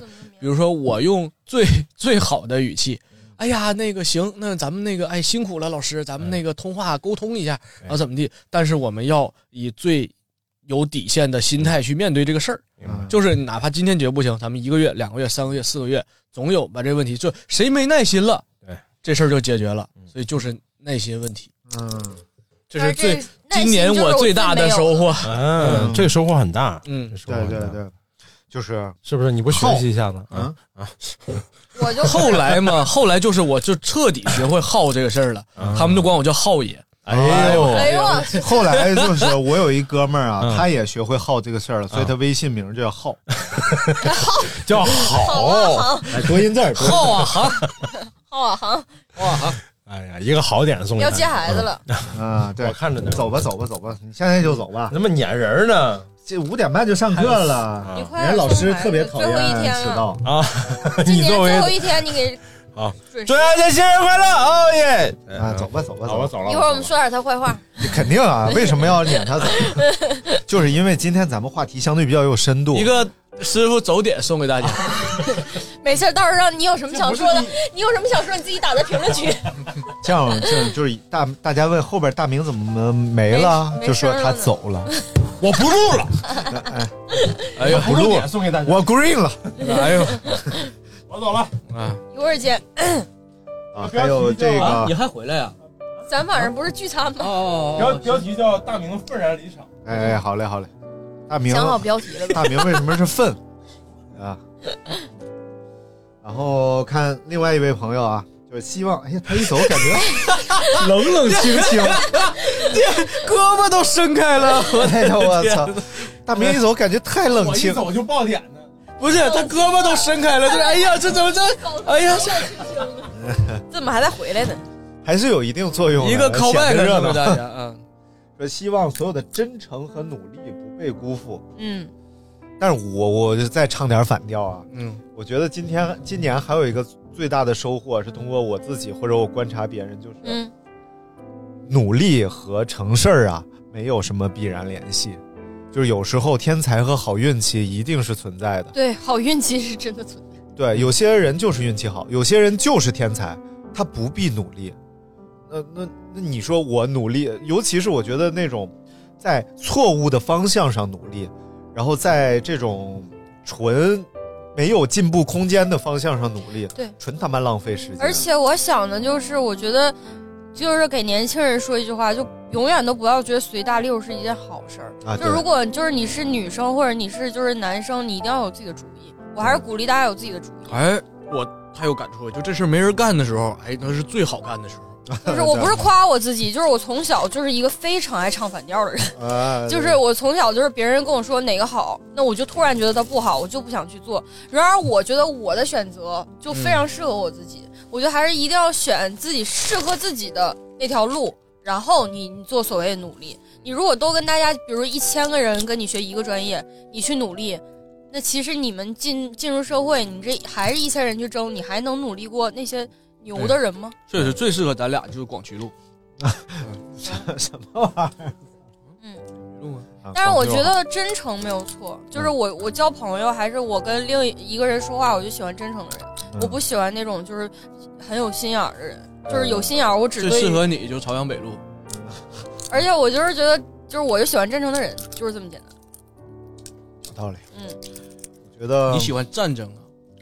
比如说我用最好的语气，哎呀，那个行，那咱们那个辛苦了，老师，咱们那个通话沟通一下，然后怎么地？但是我们要以最有底线的心态去面对这个事儿，就是哪怕今天解决不行，咱们1个月、2个月、3个月、4个月，总有把这个问题，就谁没耐心了， 对， 这事儿就解决了。所以就是耐心问题。这是今年我最大的收获。 这个收获很大。 对， 是不是？你不学习一下呢？ 我就后来就是我就彻底学会耗这个事儿了，他们就管我叫耗爷。 哎呦！ 后来就是我有一哥们儿啊，他也学会耗这个事儿了，所以他微信名就叫耗， 叫好， 多音字儿， 耗啊行， 耗啊行。 哎呀，一个好点送给要接孩子了啊！对， 我看着呢。 走吧，你现在就走吧。 那么撵人呢？ 这5点半就上课了，人家老师特别讨厌迟到啊。 今年最后一天，你给啊，祝大家新年快乐！哦耶！ 啊，走吧。 一会儿我们说点他坏话。 肯定啊，为什么要撵他走？就是因为今天咱们话题相对比较有深度。 一个师傅走点送给大家。 没事，到时候让你有什么想说的，你有什么想说，你自己打在评论区。 这样就是大家问后边大明怎么没了，就说他走了， 我不录了。 哎呦，不录了， 送给大家， 我 green 了。 哎呦， 我走了啊！ 一会儿见。 啊，还有这个， 你还回来呀？ 咱晚上不是聚餐吗？ 标题叫大明愤然离场。 哎，好嘞。大明想好标题了。 大明为什么是愤啊？然后看另外一位朋友啊，就是希望，哎呀，他一走感觉冷冷清清， 胳膊都伸开了， 哎呀，我操！大明一走感觉太冷清， 我一走就爆点呢。 不是，他胳膊都伸开了，这哎呀，这怎么这？哎呀， 怎么还在回来呢？ 还是有一定作用的， 一个 callback 热闹大家啊。 说希望所有的真诚和努力不被辜负。但是我就再唱点反调啊。我觉得今年还有一个最大的收获是通过我自己或者我观察别人，就是努力和成事儿啊没有什么必然联系，就是有时候天才和好运气一定是存在的。 对，好运气是真的存在。 对，有些人就是运气好，有些人就是天才，他不必努力。那你说我努力，尤其是我觉得那种在错误的方向上努力，然后在这种纯没有进步空间的方向上努力， 对， 纯他妈浪费时间。 而且我想的就是，我觉得就是给年轻人说一句话，就永远都不要觉得随大溜是一件好事儿啊。就如果就是你是女生或者你是就是男生，你一定要有自己的主意。我还是鼓励大家有自己的主意。 哎，我太有感触了，就这事没人干的时候，哎，那是最好干的时候。 就是我不是夸我自己，就是我从小就是一个非常爱唱反调的人，就是我从小就是别人跟我说哪个好，那我就突然觉得它不好，我就不想去做。然而我觉得我的选择就非常适合我自己，我觉得还是一定要选自己适合自己的那条路，然后你做所谓的努力。你如果都跟大家，比如1000个人跟你学一个专业，你去努力，那其实你们进入社会，你这还是1000人去争，你还能努力过那些牛的人吗？ 这是最适合咱俩，就是广渠路。 什么玩意儿？ 但是我觉得真诚没有错，就是我交朋友还是我跟另一个人说话，我就喜欢真诚的人，我不喜欢那种就是很有心眼儿的人，就是有心眼儿我只对最适合你就朝阳北路。 而且我就是觉得，就是我就喜欢真诚的人，就是这么简单。 有道理。我觉得你喜欢战争啊？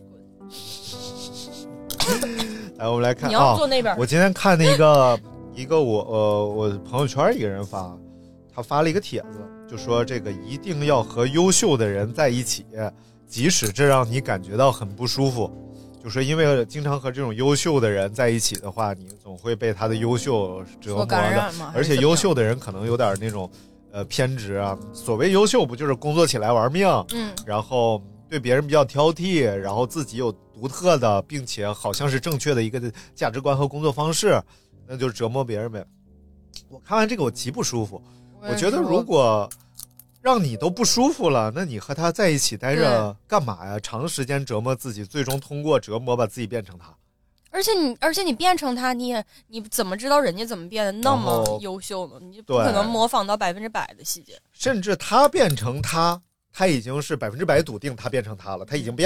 来，我们来看， 你要坐那边。 我今天看的一个我朋友圈一个人发，他发了一个帖子，就说这个一定要和优秀的人在一起，即使这让你感觉到很不舒服。就说因为经常和这种优秀的人在一起的话，你总会被他的优秀折磨的，而且优秀的人可能有点那种偏执啊。所谓优秀不就是工作起来玩命，然后对别人比较挑剔，然后自己有独特的并且好像是正确的一个价值观和工作方式，那就是折磨别人呗。我看完这个我极不舒服，我觉得如果让你都不舒服了，那你和他在一起待着干嘛呀？长时间折磨自己，最终通过折磨把自己变成他。 而且你变成他，你怎么知道人家怎么变得那么优秀呢？你就不可能模仿到100%的细节。 甚至他变成他已经是100%笃定他变成他了，他已经变了。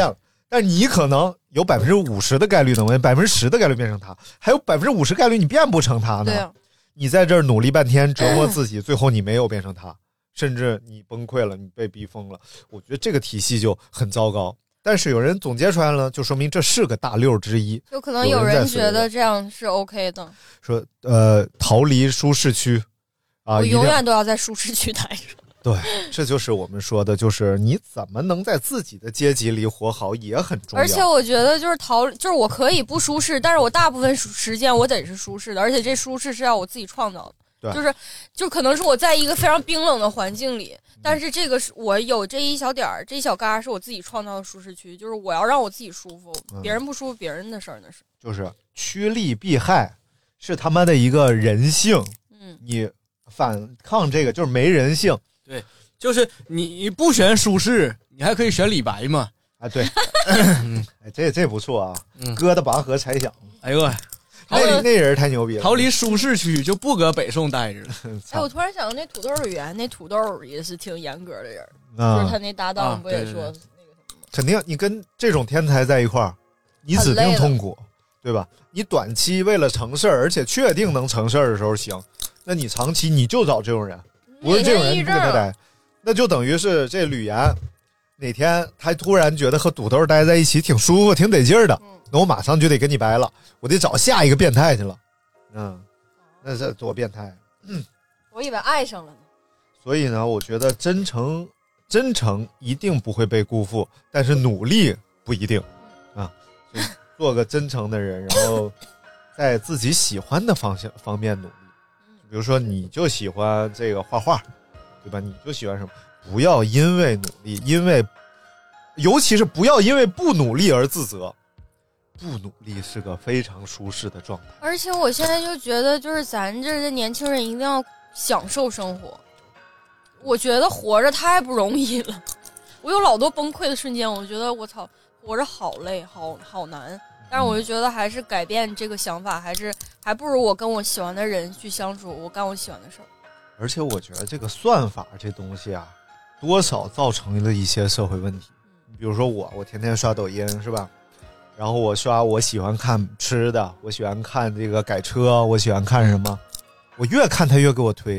但你可能有50%的概率能，10%的概率变成他，还有50%概率你变不成他呢。 对啊， 你在这儿努力半天折磨自己，最后你没有变成他，甚至你崩溃了，你被逼疯了。我觉得这个体系就很糟糕。但是有人总结出来了，就说明这是个大溜之一。 就可能有人觉得这样是 OK 的。 说逃离舒适区啊， 我永远都要在舒适区待着。 对，这就是我们说的，就是你怎么能在自己的阶级里活好也很重要。 而且我觉得就是我可以不舒适，但是我大部分时间我得是舒适的，而且这舒适是要我自己创造的。 对， 就可能是我在一个非常冰冷的环境里，但是这个是我有这一小点儿，这一小嘎是我自己创造的舒适区，就是我要让我自己舒服，别人不舒服别人的事儿那是。 就是趋利避害是他妈的一个人性，你反抗这个就是没人性。 对，就是你不选舒适，你还可以选李白嘛？ 啊，对，这不错啊，哥的拔河猜想， 哎呦。 那人太牛逼了， 逃离舒适区就不搁北宋待着了。 哎，我突然想到那土豆园，那土豆也是挺严格的人，就是他那搭档不也说那个什么？ 肯定你跟这种天才在一块儿，你指定痛苦，对吧？你短期为了成事儿，而且确定能成事儿的时候行，那你长期你就找这种人，无论这种人你不跟他待，那就等于是这吕岩哪天他突然觉得和土豆待在一起挺舒服、挺得劲儿的。那我马上就得跟你掰了，我得找下一个变态去了。那这多变态！ 我以为爱上了呢。 所以呢，我觉得真诚一定不会被辜负，但是努力不一定啊。就做个真诚的人，然后在自己喜欢的方面努力。比如说，你就喜欢这个画画，对吧？你就喜欢什么？不要因为努力，尤其是不要因为不努力而自责。不努力是个非常舒适的状态， 而且我现在就觉得，就是咱这些年轻人一定要享受生活。我觉得活着太不容易了，我有老多崩溃的瞬间，我觉得我操，活着好累，好难。但是我就觉得还是改变这个想法，还不如我跟我喜欢的人去相处，我干我喜欢的事儿。 而且我觉得这个算法这东西啊，多少造成了一些社会问题。比如说我天天刷抖音是吧？然后我喜欢看吃的，我喜欢看这个改车，我喜欢看什么，我越看他越给我推，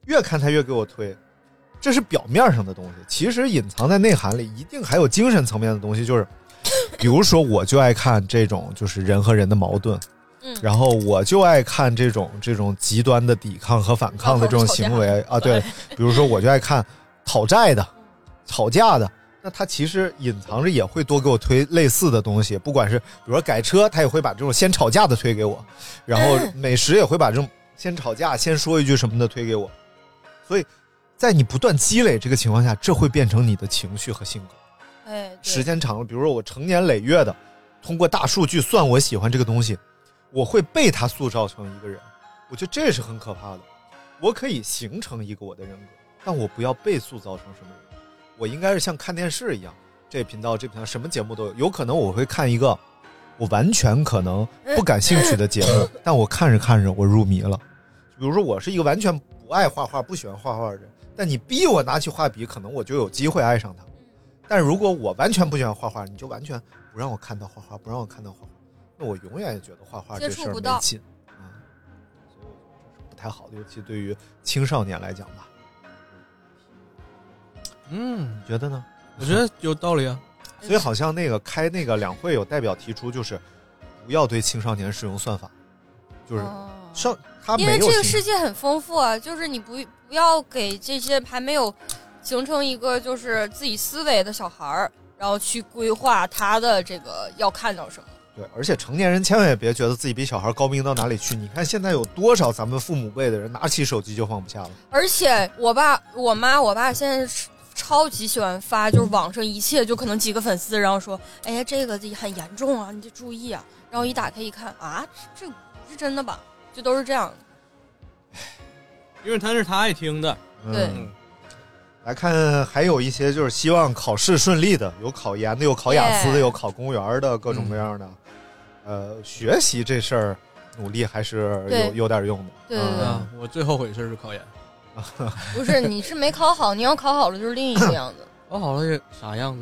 这是表面上的东西，其实隐藏在内涵里一定还有精神层面的东西，就是比如说我就爱看这种就是人和人的矛盾，然后我就爱看这种极端的抵抗和反抗的这种行为啊，对，比如说我就爱看讨债的、吵架的。那他其实隐藏着也会多给我推类似的东西，不管是比如说改车，他也会把这种先吵架的推给我，然后美食也会把这种先吵架先说一句什么的推给我。所以在你不断积累这个情况下，这会变成你的情绪和性格。时间长了，比如说我成年累月的通过大数据算我喜欢这个东西，我会被它塑造成一个人。我觉得这是很可怕的。我可以形成一个我的人格，但我不要被塑造成什么人。我应该是像看电视一样，这频道什么节目都有，有可能我会看一个我完全可能不感兴趣的节目，但我看着看着我入迷了。比如说我是一个完全不爱画画、不喜欢画画的人，但你逼我拿起画笔，可能我就有机会爱上它。但如果我完全不喜欢画画，你就完全不让我看到画画，不让我看到画画，那我永远也觉得画画这事儿没劲啊，所以我觉得这是不太好的，尤其对于青少年来讲吧。你觉得呢？ 我觉得有道理啊。 所以好像开那个两会有代表提出，就是不要对青少年使用算法，就是他没有， 因为这个世界很丰富啊，就是你不要给这些还没有形成一个就是自己思维的小孩儿，然后去规划他的这个要看到什么。 对，而且成年人千万也别觉得自己比小孩高明到哪里去。你看现在有多少咱们父母辈的人拿起手机就放不下了。 而且我爸、我妈、我爸现在超级喜欢发，就是网上一切就可能几个粉丝，然后说，哎呀，这个很严重啊，你得注意啊。然后一打开一看啊，这不是真的吧？就都是这样的。 因为他是他爱听的。 对。 来看还有一些就是希望考试顺利的，有考研的，有考雅思的，有考公务员的，各种各样的。学习这事儿努力还是有点用的。 对， 我最后悔是考研。 不是，你是没考好，你要考好了就是另一个样子。 考好了啥样子呀？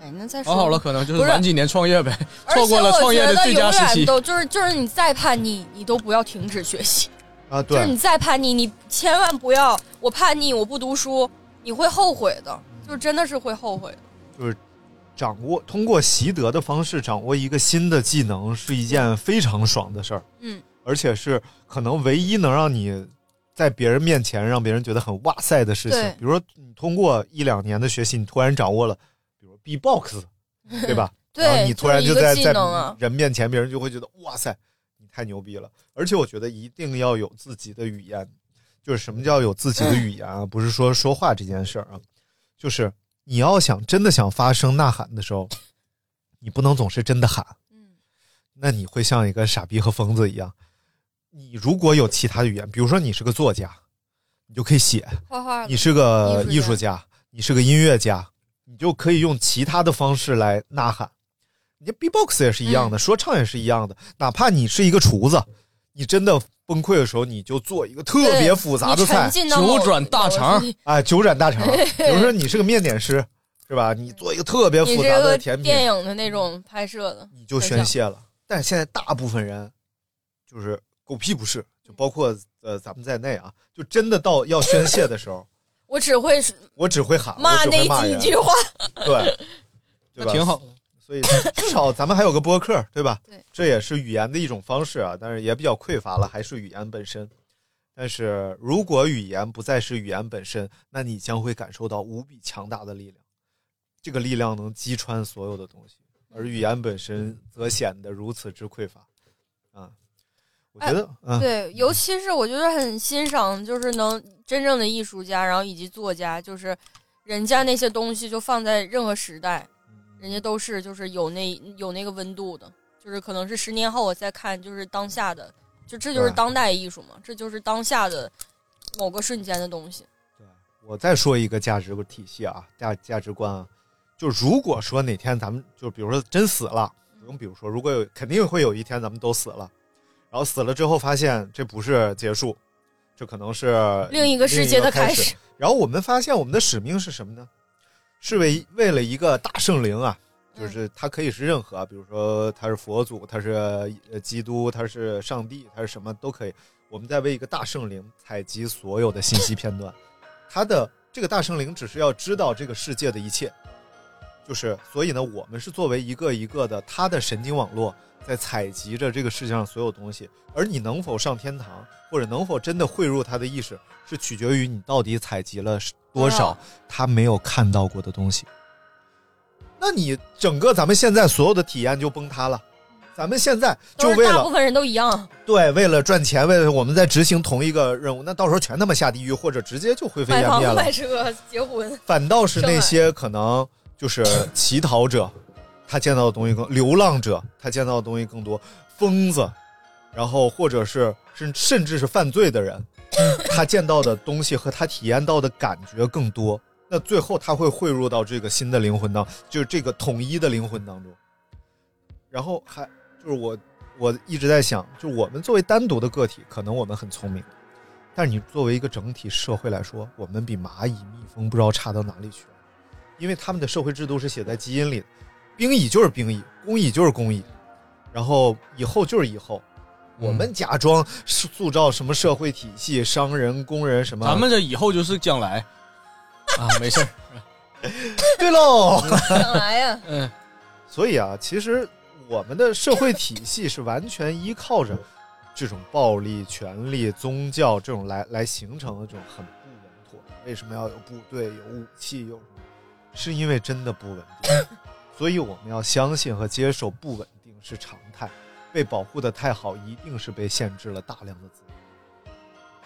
哎，那再说好了，可能就是晚几年创业呗，错过了创业的最佳时期。 就是你再叛逆，你都不要停止学习啊！对， 就是你再叛逆，你千万不要我叛逆我不读书，你会后悔的，就是真的是会后悔的。 就是通过习得的方式掌握一个新的技能，是一件非常爽的事儿。而且是可能唯一能让你在别人面前让别人觉得很哇塞的事情。比如说你通过1-2年的学习，你突然掌握了，比如 B-box， 对吧？ 对， 然后你突然就在啊、 人面前，别人就会觉得哇塞，你太牛逼了。而且我觉得一定要有自己的语言。就是什么叫有自己的语言啊？不是说说话这件事儿啊，就是你要真的想发声呐喊的时候，你不能总是真的喊，那你会像一个傻逼和疯子一样。你如果有其他的语言，比如说你是个作家，你就可以写画画； 你是个艺术家，你是个音乐家，你就可以用其他的方式来呐喊。你 B-box 也是一样的，说唱也是一样的。哪怕你是一个厨子，你真的崩溃的时候，你就做一个特别复杂的菜， 九转大肠， 哎，九转大肠。比如说你是个面点师，是吧？你做一个特别复杂的甜品， 电影的那种拍摄的， 你就宣泄了。但现在大部分人就是狗屁不是，就包括咱们在内啊，就真的到要宣泄的时候， 我只会喊骂那几句话， 对，对吧？ 挺好。 所以至少咱们还有个播客，对吧？ 对， 这也是语言的一种方式啊，但是也比较匮乏了，还是语言本身。但是如果语言不再是语言本身，那你将会感受到无比强大的力量，这个力量能击穿所有的东西，而语言本身则显得如此之匮乏啊。我觉得， 对，尤其是我觉得很欣赏，就是能真正的艺术家，然后以及作家，就是人家那些东西就放在任何时代。人家都是就是有那个温度的，就是可能是10年后我再看，就是当下的，这就是当代艺术嘛，这就是当下的某个瞬间的东西。 对，我再说一个价值体系啊，价值观啊，就如果说哪天咱们就比如说真死了，不用比如说，如果肯定会有一天咱们都死了，然后死了之后发现这不是结束，这可能是另一个世界的开始。 然后我们发现我们的使命是什么呢？是为了一个大圣灵啊，就是它可以是任何，比如说它是佛祖，它是基督，它是上帝，它是什么都可以。我们在为一个大圣灵采集所有的信息片段，它的这个大圣灵只是要知道这个世界的一切，就是所以呢，我们是作为一个一个的它的神经网络，在采集着这个世界上所有东西。而你能否上天堂，或者能否真的汇入它的意识，是取决于你到底采集了多少他没有看到过的东西。那你整个咱们现在所有的体验就崩塌了。咱们现在就为了大部分人都一样， 对，为了赚钱，为了我们在执行同一个任务，那到时候全他妈下地狱，或者直接就灰飞烟灭了。 买房买车结婚， 反倒是那些可能就是乞讨者，他见到的东西更流浪者，他见到的东西更多，疯子，然后或者是甚至是犯罪的人，他见到的东西和他体验到的感觉更多。那最后他会汇入到这个新的灵魂当，就是这个统一的灵魂当中。然后还就是我一直在想，就我们作为单独的个体，可能我们很聪明，但是你作为一个整体社会来说，我们比蚂蚁、蜜蜂不知道差到哪里去，因为他们的社会制度是写在基因里的，兵役就是兵役，公役就是公役，然后以后就是以后。我们假装塑造什么社会体系，商人、工人什么， 咱们这以后就是将来啊，没事儿。 对喽， 将来呀， 所以啊，其实我们的社会体系是完全依靠着这种暴力、权力、宗教这种来形成的这种很不稳妥。为什么要有部队、有武器、有什么？是因为真的不稳定，所以我们要相信和接受不稳定是常态。被保护的太好，一定是被限制了大量的资源。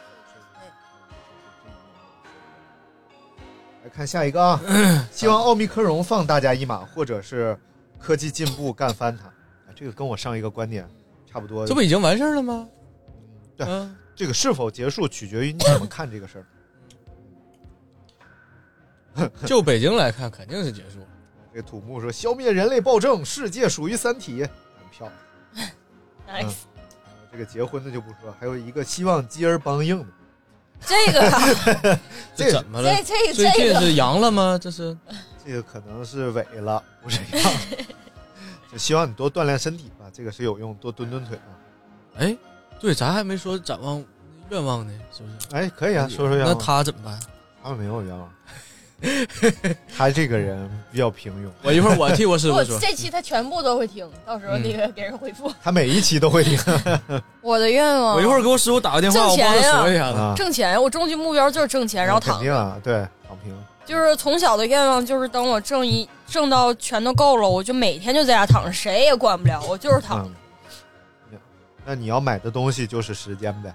来看下一个啊，希望奥密克戎放大家一马，或者是科技进步干翻它。这个跟我上一个观点差不多。 这不已经完事儿了吗？ 对，这个是否结束取决于你怎么看这个事儿。就北京来看，肯定是结束。 这个土木说，消灭人类暴政，世界属于三体，很漂亮。 nice。 这个结婚的就不说，还有一个希望鸡儿帮硬的。 这个这怎么了？ 这最近是阳了吗？这是这个可能是伪了，不是样的。就希望你多锻炼身体吧，这个是有用，多蹲蹲腿啊。 哎，对，咱还没说展望愿望呢，是不是？ 哎，可以啊，说说愿望。 那他怎么办？ 他没有愿望。他这个人比较平庸。 我一会儿我替我师傅说。 这期他全部都会听，到时候那个给人回复。 他每一期都会听。 我的愿望， 我一会儿给我师傅打个电话， 挣钱呀， 我帮他说一下子。 挣钱，我终极目标就是挣钱，然后躺。 肯定啊，对，躺平。 就是从小的愿望就是等我挣到钱都够了，我就每天就在家躺着，谁也管不了，我就是躺着。 那你要买的东西就是时间呗。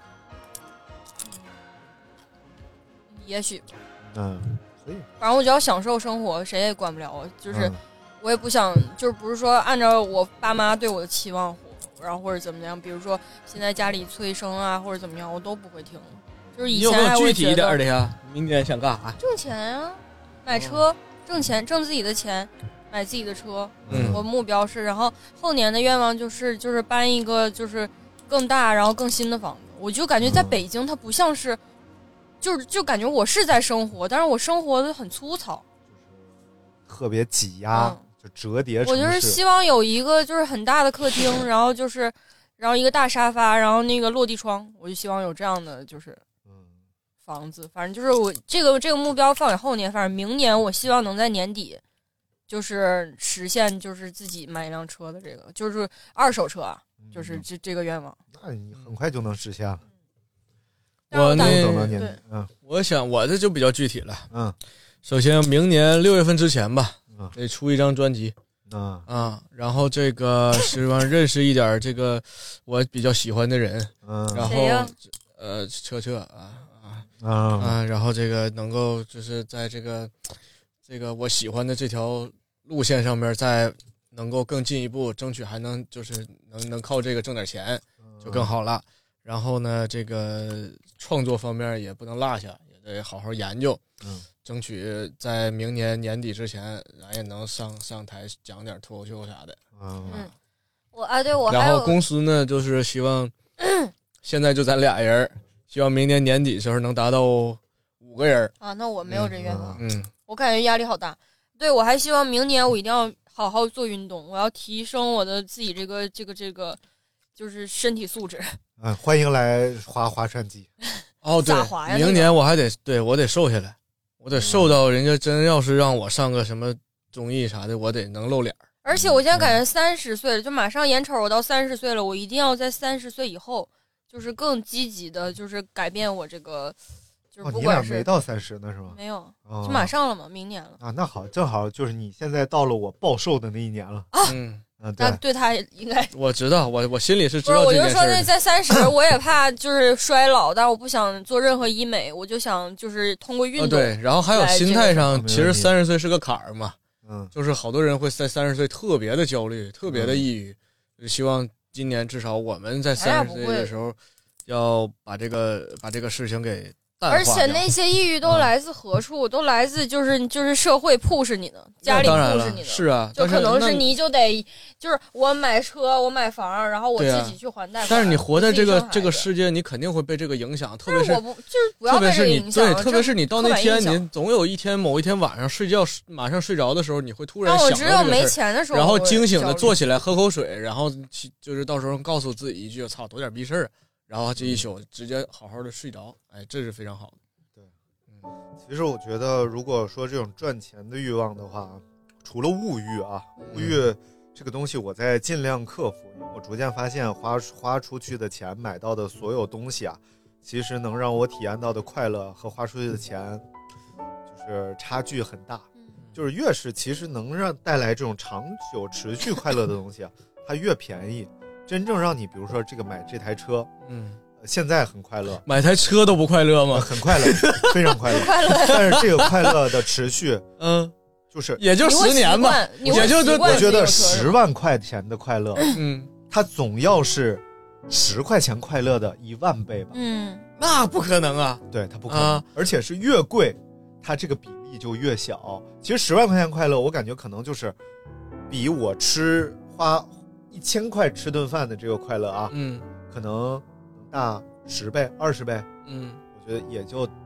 也许。 所以反正我就要享受生活，谁也管不了我。就是我也不想，就是不是说按照我爸妈对我的期望活，然后或者怎么样，比如说现在家里催生啊，或者怎么样，我都不会听。就是以前你有没有具体一点的呀？明年想干啥？ 挣钱啊，买车，挣钱，挣自己的钱，买自己的车。我目标是，然后后年的愿望就是搬一个就是更大然后更新的房子。我就感觉在北京它不像是，就感觉我是在生活，但是我生活的很粗糙， 特别挤压，就折叠城市。 我就是希望有一个就是很大的客厅，然后一个大沙发，然后那个落地窗，我就希望有这样的就是房子。反正就是我这个目标放给后年，反正明年我希望能在年底就是实现就是自己买一辆车的这个就是二手车啊，就是这个愿望。 那你很快就能实现了。 我我想我这就比较具体了。首先明年6月份之前吧，得出一张专辑。然后这个希望认识一点这个我比较喜欢的人。然后车然后这个能够就是在这个我喜欢的这条路线上面再能够更进一步，争取还能就是能靠这个挣点钱就更好了。然后呢，这个创作方面也不能落下，也得好好研究。争取在明年年底之前，咱也能上台讲点脱口秀啥的。 我还有。 然后公司呢，就是希望现在就咱俩人，希望明年年底时候能达到5个人啊。那我没有这愿望。我感觉压力好大。对，我还希望明年我一定要好好做运动，我要提升我的自己这个就是身体素质。 欢迎来划船机。 对，明年我还得瘦下来，我得瘦到人家真要是让我上个什么综艺啥的，我得能露脸。 而且我现在感觉30岁了，就马上眼瞅我到30岁了，我一定要在30岁以后，就是更积极的，就是改变我这个，就是不管是你俩没到30呢是吗？ 没有，就马上了嘛，明年了啊。那好，正好就是你现在到了我暴瘦的那一年了。 那对他应该我知道，我心里是知道这件事。 我就说那在30，我也怕就是衰老，但我不想做任何医美，我就想就是通过运动。 对，然后还有心态上，其实30岁是个坎儿嘛。就是好多人会在30岁特别的焦虑，特别的抑郁。就希望今年至少我们在30岁的时候，要把这个事情给。 而且那些抑郁都来自何处？都来自就是社会 push 你的，家里 push 你的。 是啊， 就可能是你就得就是我买车，我买房，然后我自己去还贷款。 但是你活在这个世界，你肯定会被这个影响，特别是不要被这个影响。 特别是你到那天，你总有某一天晚上睡觉马上睡着的时候，你会突然想到这个事儿。 我只有没钱的时候， 然后惊醒的坐起来喝口水，然后就是到时候告诉自己一句：“操，多点逼事儿。”然后这一宿直接好好的睡着，这是非常好的。 对，其实我觉得，如果说这种赚钱的欲望的话，除了物欲啊，物欲这个东西我在尽量克服。我逐渐发现花出去的钱买到的所有东西啊，其实能让我体验到的快乐和花出去的钱就是差距很大。就是越是其实能带来这种长久持续快乐的东西啊，它越便宜。真正让你比如说这个买这台车，现在很快乐， 买台车都不快乐吗？ 很快乐，非常快乐。但是这个快乐的持续，就是也就10年吧，也就我觉得10万块钱的快乐，它总要是10块钱快乐的1万倍吧？ 那不可能啊！ 对，它不可能，而且是越贵，它这个比例就越小。其实10万块钱快乐，我感觉可能就是比我花1000块吃顿饭的这个快乐啊，可能大10倍、20倍，我觉得也就不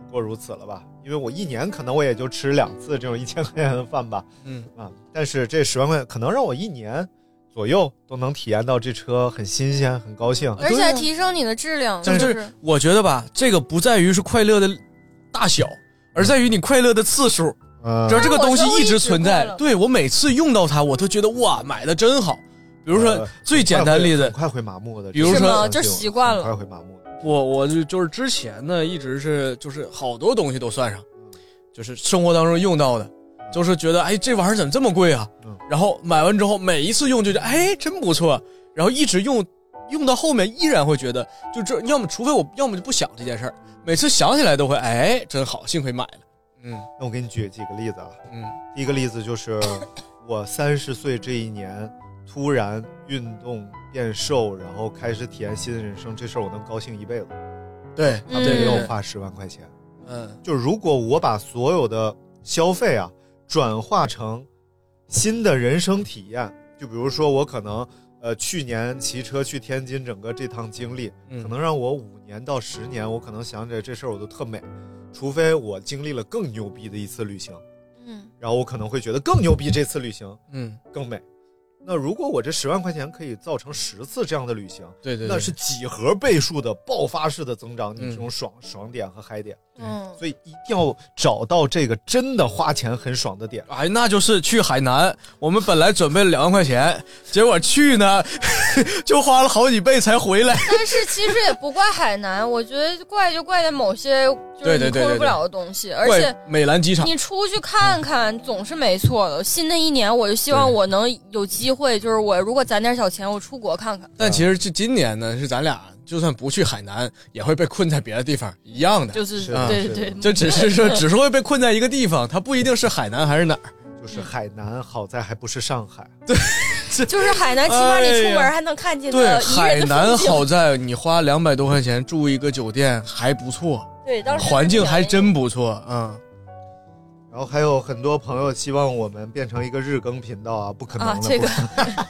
过如此了吧？因为我一年可能我也就吃2次这种1000块钱的饭吧，但是这10万块可能让我1年左右都能体验到这车很新鲜很高兴， 而且提升你的质量。 就是我觉得吧，这个不在于是快乐的大小，而在于你快乐的次数。就是这个东西一直存在，对，我每次用到它我都觉得哇买的真好。比如说最简单的例子， 很快会麻木的， 比如说就习惯了， 很快会麻木的。 我就是之前呢一直是就是好多东西都算上，就是生活当中用到的，就是觉得哎这玩意儿怎么这么贵啊，然后买完之后每一次用就觉得哎真不错，然后一直用到后面依然会觉得就这，要么除非我要么就不想这件事儿，每次想起来都会哎真好，幸亏买了。 那我给你举几个例子啊。第一个例子就是我30岁这一年突然运动变瘦，然后开始体验新的人生，这事儿我能高兴一辈子。 对， 他没有花10万块钱。就是如果我把所有的消费啊转化成新的人生体验，就比如说我可能去年骑车去天津，整个这趟经历可能让我5年到10年，我可能想起来这事儿我都特美，除非我经历了更牛逼的一次旅行，然后我可能会觉得更牛逼这次旅行更美。那如果我这10万块钱可以造成10次这样的旅行， 对， 那是几何倍数的爆发式的增长，你这种爽点和嗨点。所以一定要找到这个真的花钱很爽的点。 哎，那就是去海南，我们本来准备了2万块钱，结果去呢就花了好几倍才回来。 但是其实也不怪海南，我觉得怪就怪在某些就是你控制不了的东西，而且美兰机场你出去看看总是没错的。新的一年我就希望我能有机会，就是我如果攒点小钱我出国看看。 但其实今年呢是咱俩就算不去海南也会被困在别的地方一样的， 就是对， 就只是说只是会被困在一个地方，它不一定是海南还是哪儿。 就是海南好在还不是上海。 对， 就是海南起码你出门还能看见对，海南好在你花200多块钱住一个酒店还不错， 对，当时环境还真不错。 然后还有很多朋友希望我们变成一个日更频道啊，不可能了， 这个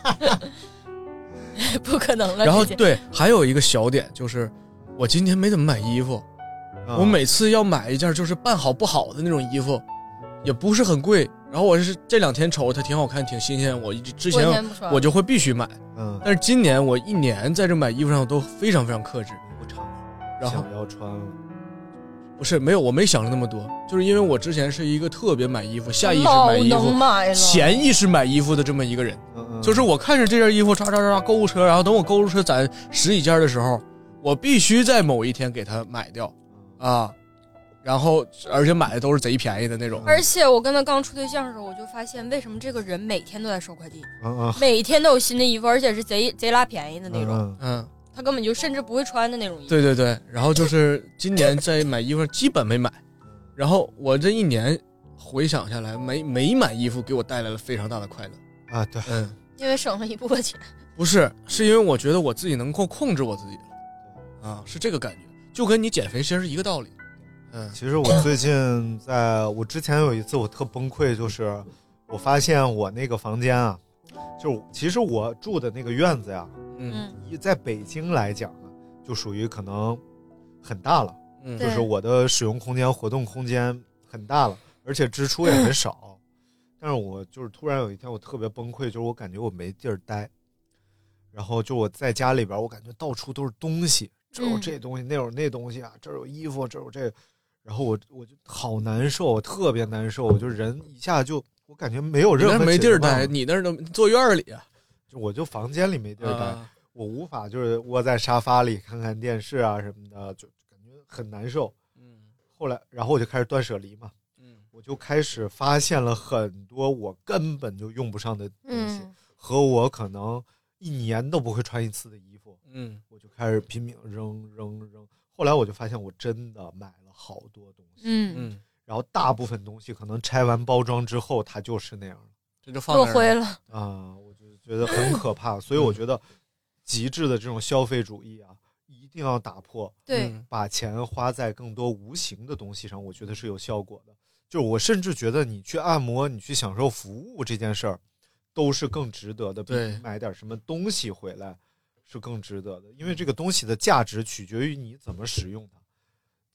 不可能了。 然后对，还有一个小点就是我今天没怎么买衣服，我每次要买一件就是半好不好的那种衣服也不是很贵，然后我是这2天瞅它挺好看挺新鲜，我之前我就会必须买。但是今年我1年在这买衣服上都非常非常克制， 不常然后想要穿。 不是没有，我没想了那么多，就是因为我之前是一个特别买衣服下意识买衣服潜意识买衣服的这么一个人。就是我看着这件衣服唰购物车，然后等我购物车攒10几件的时候，我必须在某一天给它买掉啊，然后而且买的都是贼便宜的那种。 而且我跟他刚处对象的时候，我就发现为什么这个人每天都在收快递，每天都有新的衣服，而且是贼拉便宜的那种。他根本就甚至不会穿的那种衣服。 对，然后就是今年在买衣服上基本没买，然后我这1年回想下来，没买衣服给我带来了非常大的快乐啊。对， 因为省了一部分钱。 不是因为我觉得我自己能够控制我自己啊，是这个感觉，就跟你减肥其实是一个道理。 其实我最近我之前有一次我特崩溃，就是我发现我那个房间啊，就其实我住的那个院子呀，在北京来讲啊，就属于可能很大了，就是我的使用空间、活动空间很大了，而且支出也很少。但是我就是突然有一天我特别崩溃，就是我感觉我没地儿待，然后就我在家里边，我感觉到处都是东西，这有这东西，那有那东西啊，这有衣服，这有这个，然后我就好难受，我特别难受，我就人一下就我感觉没有任何没地儿待，你那儿坐院里啊， 就我就房间里没地儿待，我无法就是窝在沙发里看看电视啊什么的，就感觉很难受。后来然后我就开始断舍离嘛，我就开始发现了很多我根本就用不上的东西，和我可能1年都不会穿1次的衣服，我就开始拼命扔。后来我就发现我真的买了好多东西，然后大部分东西可能拆完包装之后它就是那样了， 这就放那儿落灰了啊，我就觉得很可怕。所以我觉得极致的这种消费主义啊，一定要打破， 对， 把钱花在更多无形的东西上，我觉得是有效果的。就是我甚至觉得你去按摩，你去享受服务这件事儿，都是更值得的，比你买点什么东西回来是更值得的，因为这个东西的价值取决于你怎么使用它。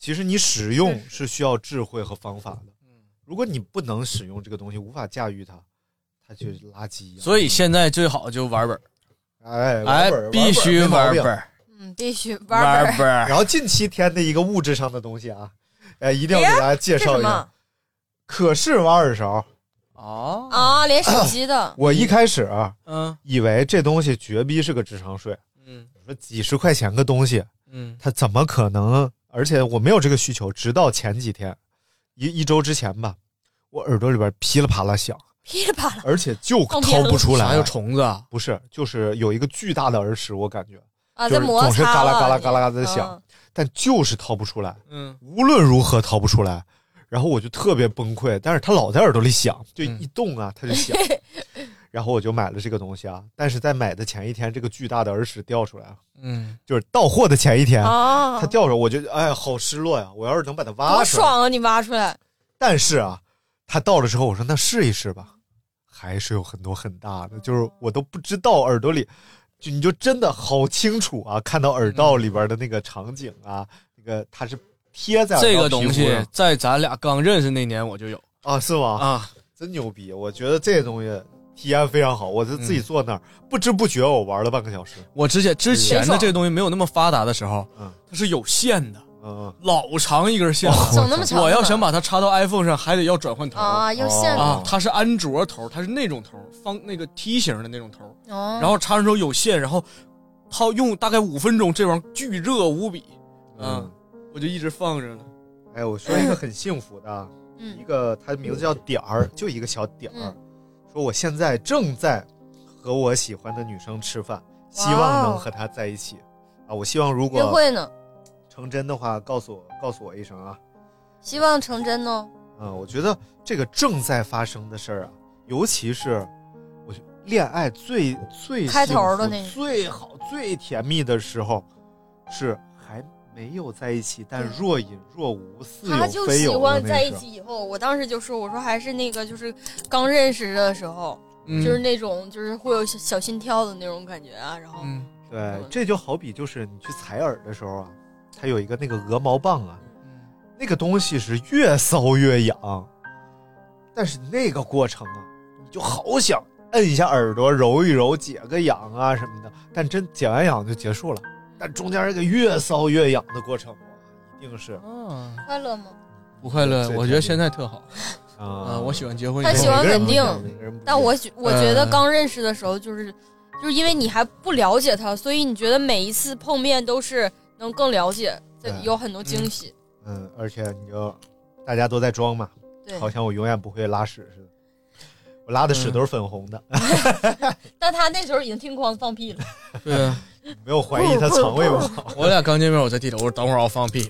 其实你使用是需要智慧和方法的。如果你不能使用这个东西，无法驾驭它，它就垃圾一样。 所以现在最好就玩本，必须玩本， 必须玩本。 然后近期添的一个物质上的东西啊，一定要给大家介绍一下，可视挖耳勺。 连手机的。 我一开始以为这东西绝逼是个智商税。我说几十块钱个东西，它怎么可能？而且我没有这个需求，直到前几天，一周之前吧，我耳朵里边噼里啪啦响， 噼里啪啦， 而且就掏不出来。 还有虫子？ 不是，就是有一个巨大的耳屎，我感觉就是总是嘎啦嘎啦嘎啦的响，但就是掏不出来。无论如何掏不出来。然后我就特别崩溃，但是它老在耳朵里响，就一动啊它就响。然后我就买了这个东西啊，但是在买的前一天，这个巨大的耳屎掉出来了。就是到货的前一天，它掉出来，我觉得好失落呀！我要是能把它挖出来， 多爽啊！你挖出来。 但是啊，它到了之后，我说那试一试吧，还是有很多很大的，就是我都不知道耳朵里，你就真的好清楚啊，看到耳道里边的那个场景啊，那个它是贴在这个东西，在咱俩刚认识那年我就有啊，是吗？真牛逼！我觉得这东西体验非常好，我就自己坐那儿，不知不觉我玩了半个小时。 我之前的这个东西没有那么发达的时候，它是有线的，老长一根线了， 怎么那么长？ 我要想把它插到 iPhone 上，还得要转换头要线它是安卓头，它是那种头，那个梯形的那种头，然后插上之后有线，然后用大概5分钟，这玩意儿巨热无比，我就一直放着呢。 我说一个很幸福的，一个它的名字叫点儿，就一个小点儿。说我现在正在和我喜欢的女生吃饭，希望能和她在一起我希望如果约会呢成真的话，告诉我一声啊。 希望成真哦。 我觉得这个正在发生的事儿尤其是我恋爱最开头的那最好最甜蜜的时候，是还没有在一起，但若隐若无，似有非有的那时候。 他就喜欢在一起以后，我当时就说，我说还是那个就是刚认识的时候，就是那种就是会有小心跳的那种感觉啊，然后对，这就好比就是你去采耳的时候它有一个那个鹅毛棒那个东西是越搔越痒，但是那个过程你就好想摁一下耳朵揉一揉解个痒什么的，但真解完痒就结束了。但中间这个越搔越痒的过程，一定是快乐吗？ 不快乐，我觉得现在特好我喜欢结婚， 他喜欢稳定，但我觉得刚认识的时候就是因为你还不了解他，所以你觉得每一次碰面都是能更了解，有很多惊喜。 而且大家都在装嘛，好像我永远不会拉屎似的。我拉的屎都是粉红的， 但他那时候已经听光放屁了。 对啊， 没有怀疑他肠胃不好。 我俩刚见面，我在地头，我说等会儿我放屁。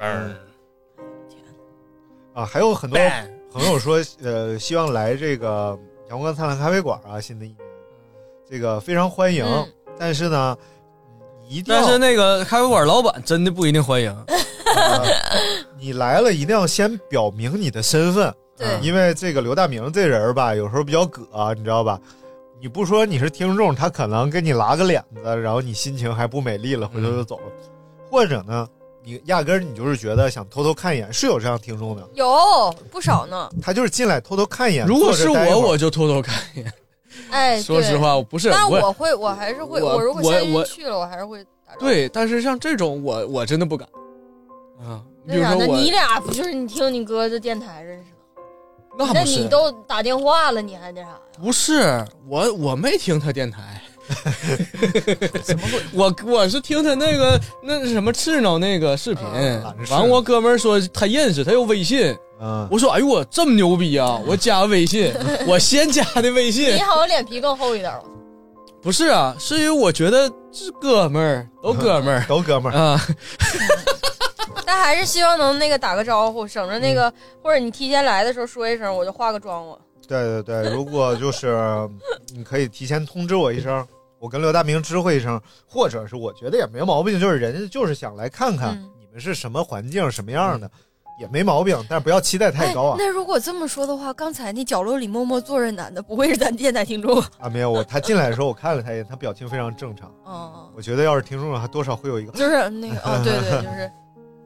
还有很多朋友说，希望来这个阳光灿烂咖啡馆新的一年，这个非常欢迎。但是呢， 但是那个咖啡馆老板真的不一定欢迎。 你来了一定要先表明你的身份。 对， 因为这个刘大明这人吧，有时候比较葛，你知道吧？你不说你是听众，他可能给你拉个脸子，然后你心情还不美丽了，回头就走了。或者呢，你压根儿你就是觉得想偷偷看一眼，是有这样听众的， 有不少呢。 他就是进来偷偷看一眼。 如果是我就偷偷看一眼。说实话，我不是。 但我还是会，我如果先去了，我还是会打招呼。 对，但是像这种我真的不敢比如说你俩不就是你听你哥的电台认识的？ 那你都打电话了，你还那啥呀？ 不是，我没听他电台。什么鬼？我是听他那什么刺挠那个视频，完我哥们儿说他认识，他有微信。我说哎呦我这么牛逼啊！我加微信，我先加的微信。 你好像脸皮更厚一点了。 不是啊，是因为我觉得是哥们儿，都哥们儿， 都哥们儿但还是希望能打个招呼，省着或者你提前来的时候说一声，我就化个妆我。 对，如果就是你可以提前通知我一声，我跟刘大明知会一声，或者是我觉得也没毛病，就是人家就是想来看看你们是什么环境什么样的，也没毛病，但是不要期待太高那如果这么说的话，刚才那角落里默默坐着男的，不会是咱电台听众没有，他进来的时候我看了他一眼，他表情非常正常。我觉得要是听众他多少会有一个就是对，就是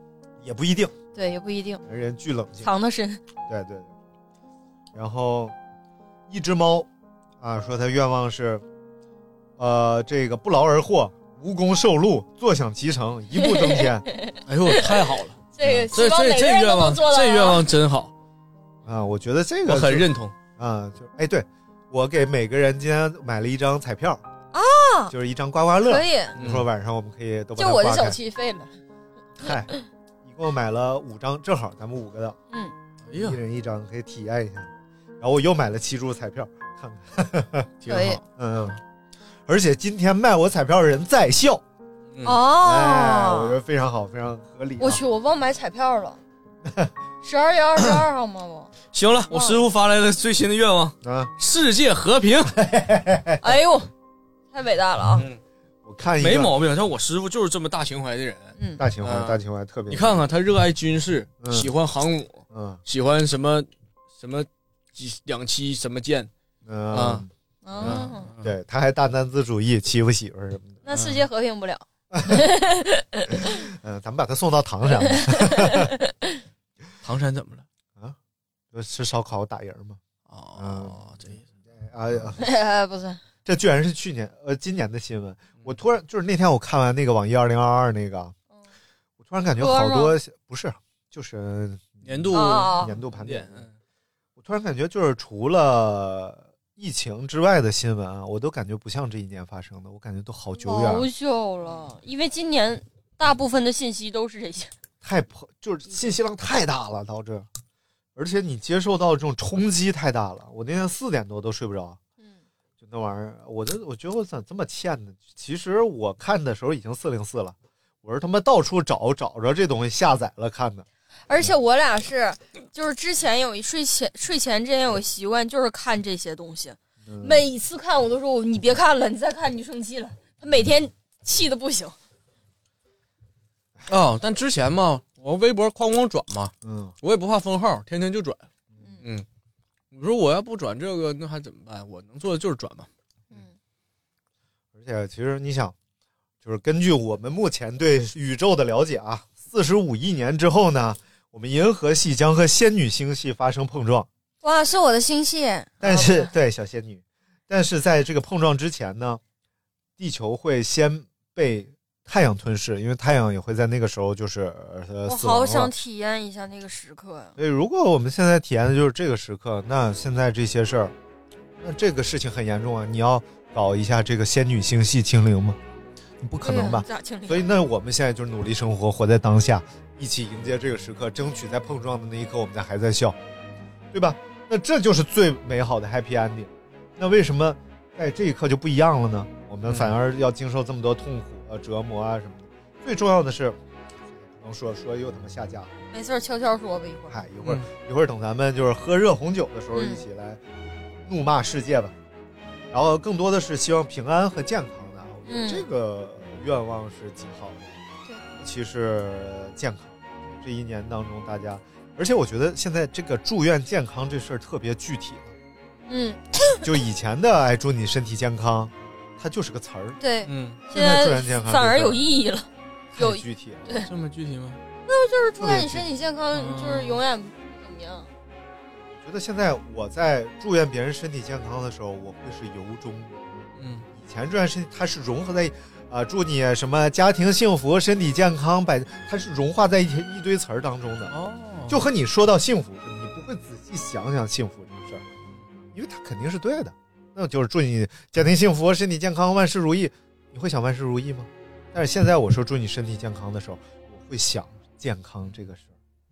也不一定。 对，也不一定。 人巨冷静， 藏得深。 对。然后一只猫啊，说他愿望是，这个不劳而获，无功受禄，坐享其成，一步登天。 哎呦，太好了！ 这愿望，这愿望真好啊！我觉得这个我很认同啊。对，我给每个人今天买了一张彩票啊， 就是一张刮刮乐。 可以， 一会儿晚上我们可以都把它就我的小气费了。 嗨，一共买了5张，正好咱们5个的。 一人1张，可以体验一下。然后我又买了7注彩票，看看， 挺好。 而且今天卖我彩票的人在校。我觉得非常好，非常合理。 我去，我忘买彩票了。12月22号吗？ 行了，我师傅发来了最新的愿望啊，世界和平。 哎呦，太伟大了啊！ 我看没毛病，像我师傅就是这么大情怀的人。 大情怀特别。 你看看他热爱军事，喜欢航母，喜欢什么2栖什么舰， 对，他还大男子主义，欺负媳妇什么的。 那世界和平不了。 咱们把他送到唐山吧。 唐山怎么了啊？就吃烧烤打人嘛。 这意思。不是， 这居然是今年的新闻。我突然就是那天我看完那个网易2022那个，我突然感觉好多不是，就是年度盘点。我突然感觉就是除了疫情之外的新闻啊，我都感觉不像这一年发生的，我感觉都好久远， 好久了。因为今年大部分的信息都是这些， 就是信息量太大了，导致，而且你接受到这种冲击太大了。我那天4点多都睡不着，就那玩意儿，我觉得我咋这么欠呢？其实我看的时候已经404了，我是他妈到处找着这东西下载了看的。 而且我俩就是之前有睡前之前有个习惯，就是看这些东西。每一次看我都说你别看了，你再看你就生气了。他每天气的不行。 但之前嘛，我微博哐转嘛，我也不怕封号，天天就转。你说我要不转这个，那还怎么办？我能做的就是转嘛。 而且其实你想，就是根据我们目前对宇宙的了解啊，45亿年之后呢，我们银河系将和仙女星系发生碰撞。 哇，是我的星系。 但是对小仙女，但是在这个碰撞之前呢，地球会先被太阳吞噬，因为太阳也会在那个时候就是我好想体验一下那个时刻呀。 所以如果我们现在体验的就是这个时刻，那现在这些事儿，那这个事情很严重啊！你要搞一下这个仙女星系清零吗？你不可能吧？所以那我们现在就是努力生活，活在当下，一起迎接这个时刻，争取在碰撞的那一刻我们还在笑，对吧？那这就是最美好的 happy ending。那为什么在这一刻就不一样了呢？我们反而要经受这么多痛苦折磨啊什么的。最重要的是，不能说又他妈下架了。 没事，悄悄说吧，一会儿。 一会儿等咱们就是喝热红酒的时候，一起来怒骂世界吧。然后更多的是希望平安和健康的。我觉得这个愿望是极好的，尤其是健康。这一年当中，大家，而且我觉得现在这个祝愿健康这事儿特别具体了。就以前的祝你身体健康，它就是个词儿。 对， 现在祝愿健康反而有意义了， 有具体了。 对， 这么具体吗？ 那就是祝愿你身体健康，就是永远怎么样？ 我觉得现在我在祝愿别人身体健康的时候，我会是由衷的。以前祝愿身体，它是融合在祝你什么家庭幸福、身体健康，它是融化在一堆词儿当中的。就和你说到幸福，你不会仔细想想幸福这个事儿，因为它肯定是对的。那就是祝你家庭幸福、身体健康、万事如意。你会想万事如意吗？但是现在我说祝你身体健康的时候，我会想健康这个事儿。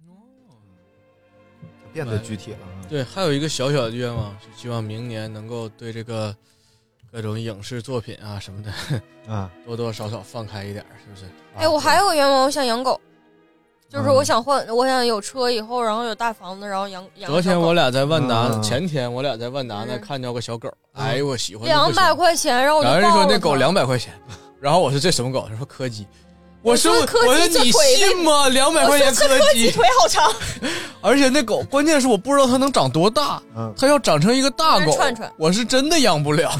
变得具体了。 对，还有一个小小的愿望，是希望明年能够对这个各种影视作品啊什么的多多少少放开一点，是不是？ 我还有个愿望，我想养狗，就是我想有车以后，然后有大房子，然后养。 昨天我俩在万达，前天我俩在万达那看到个小狗，哎呦我喜欢 ，200块钱，然后我就抱了它。 然后人说那狗200块钱，然后我说这什么狗？他说柯基。我说你信吗？200块钱柯基腿好长， 而且那狗关键是我不知道它能长多大，它要长成一个大狗， 串串， 我是真的养不了。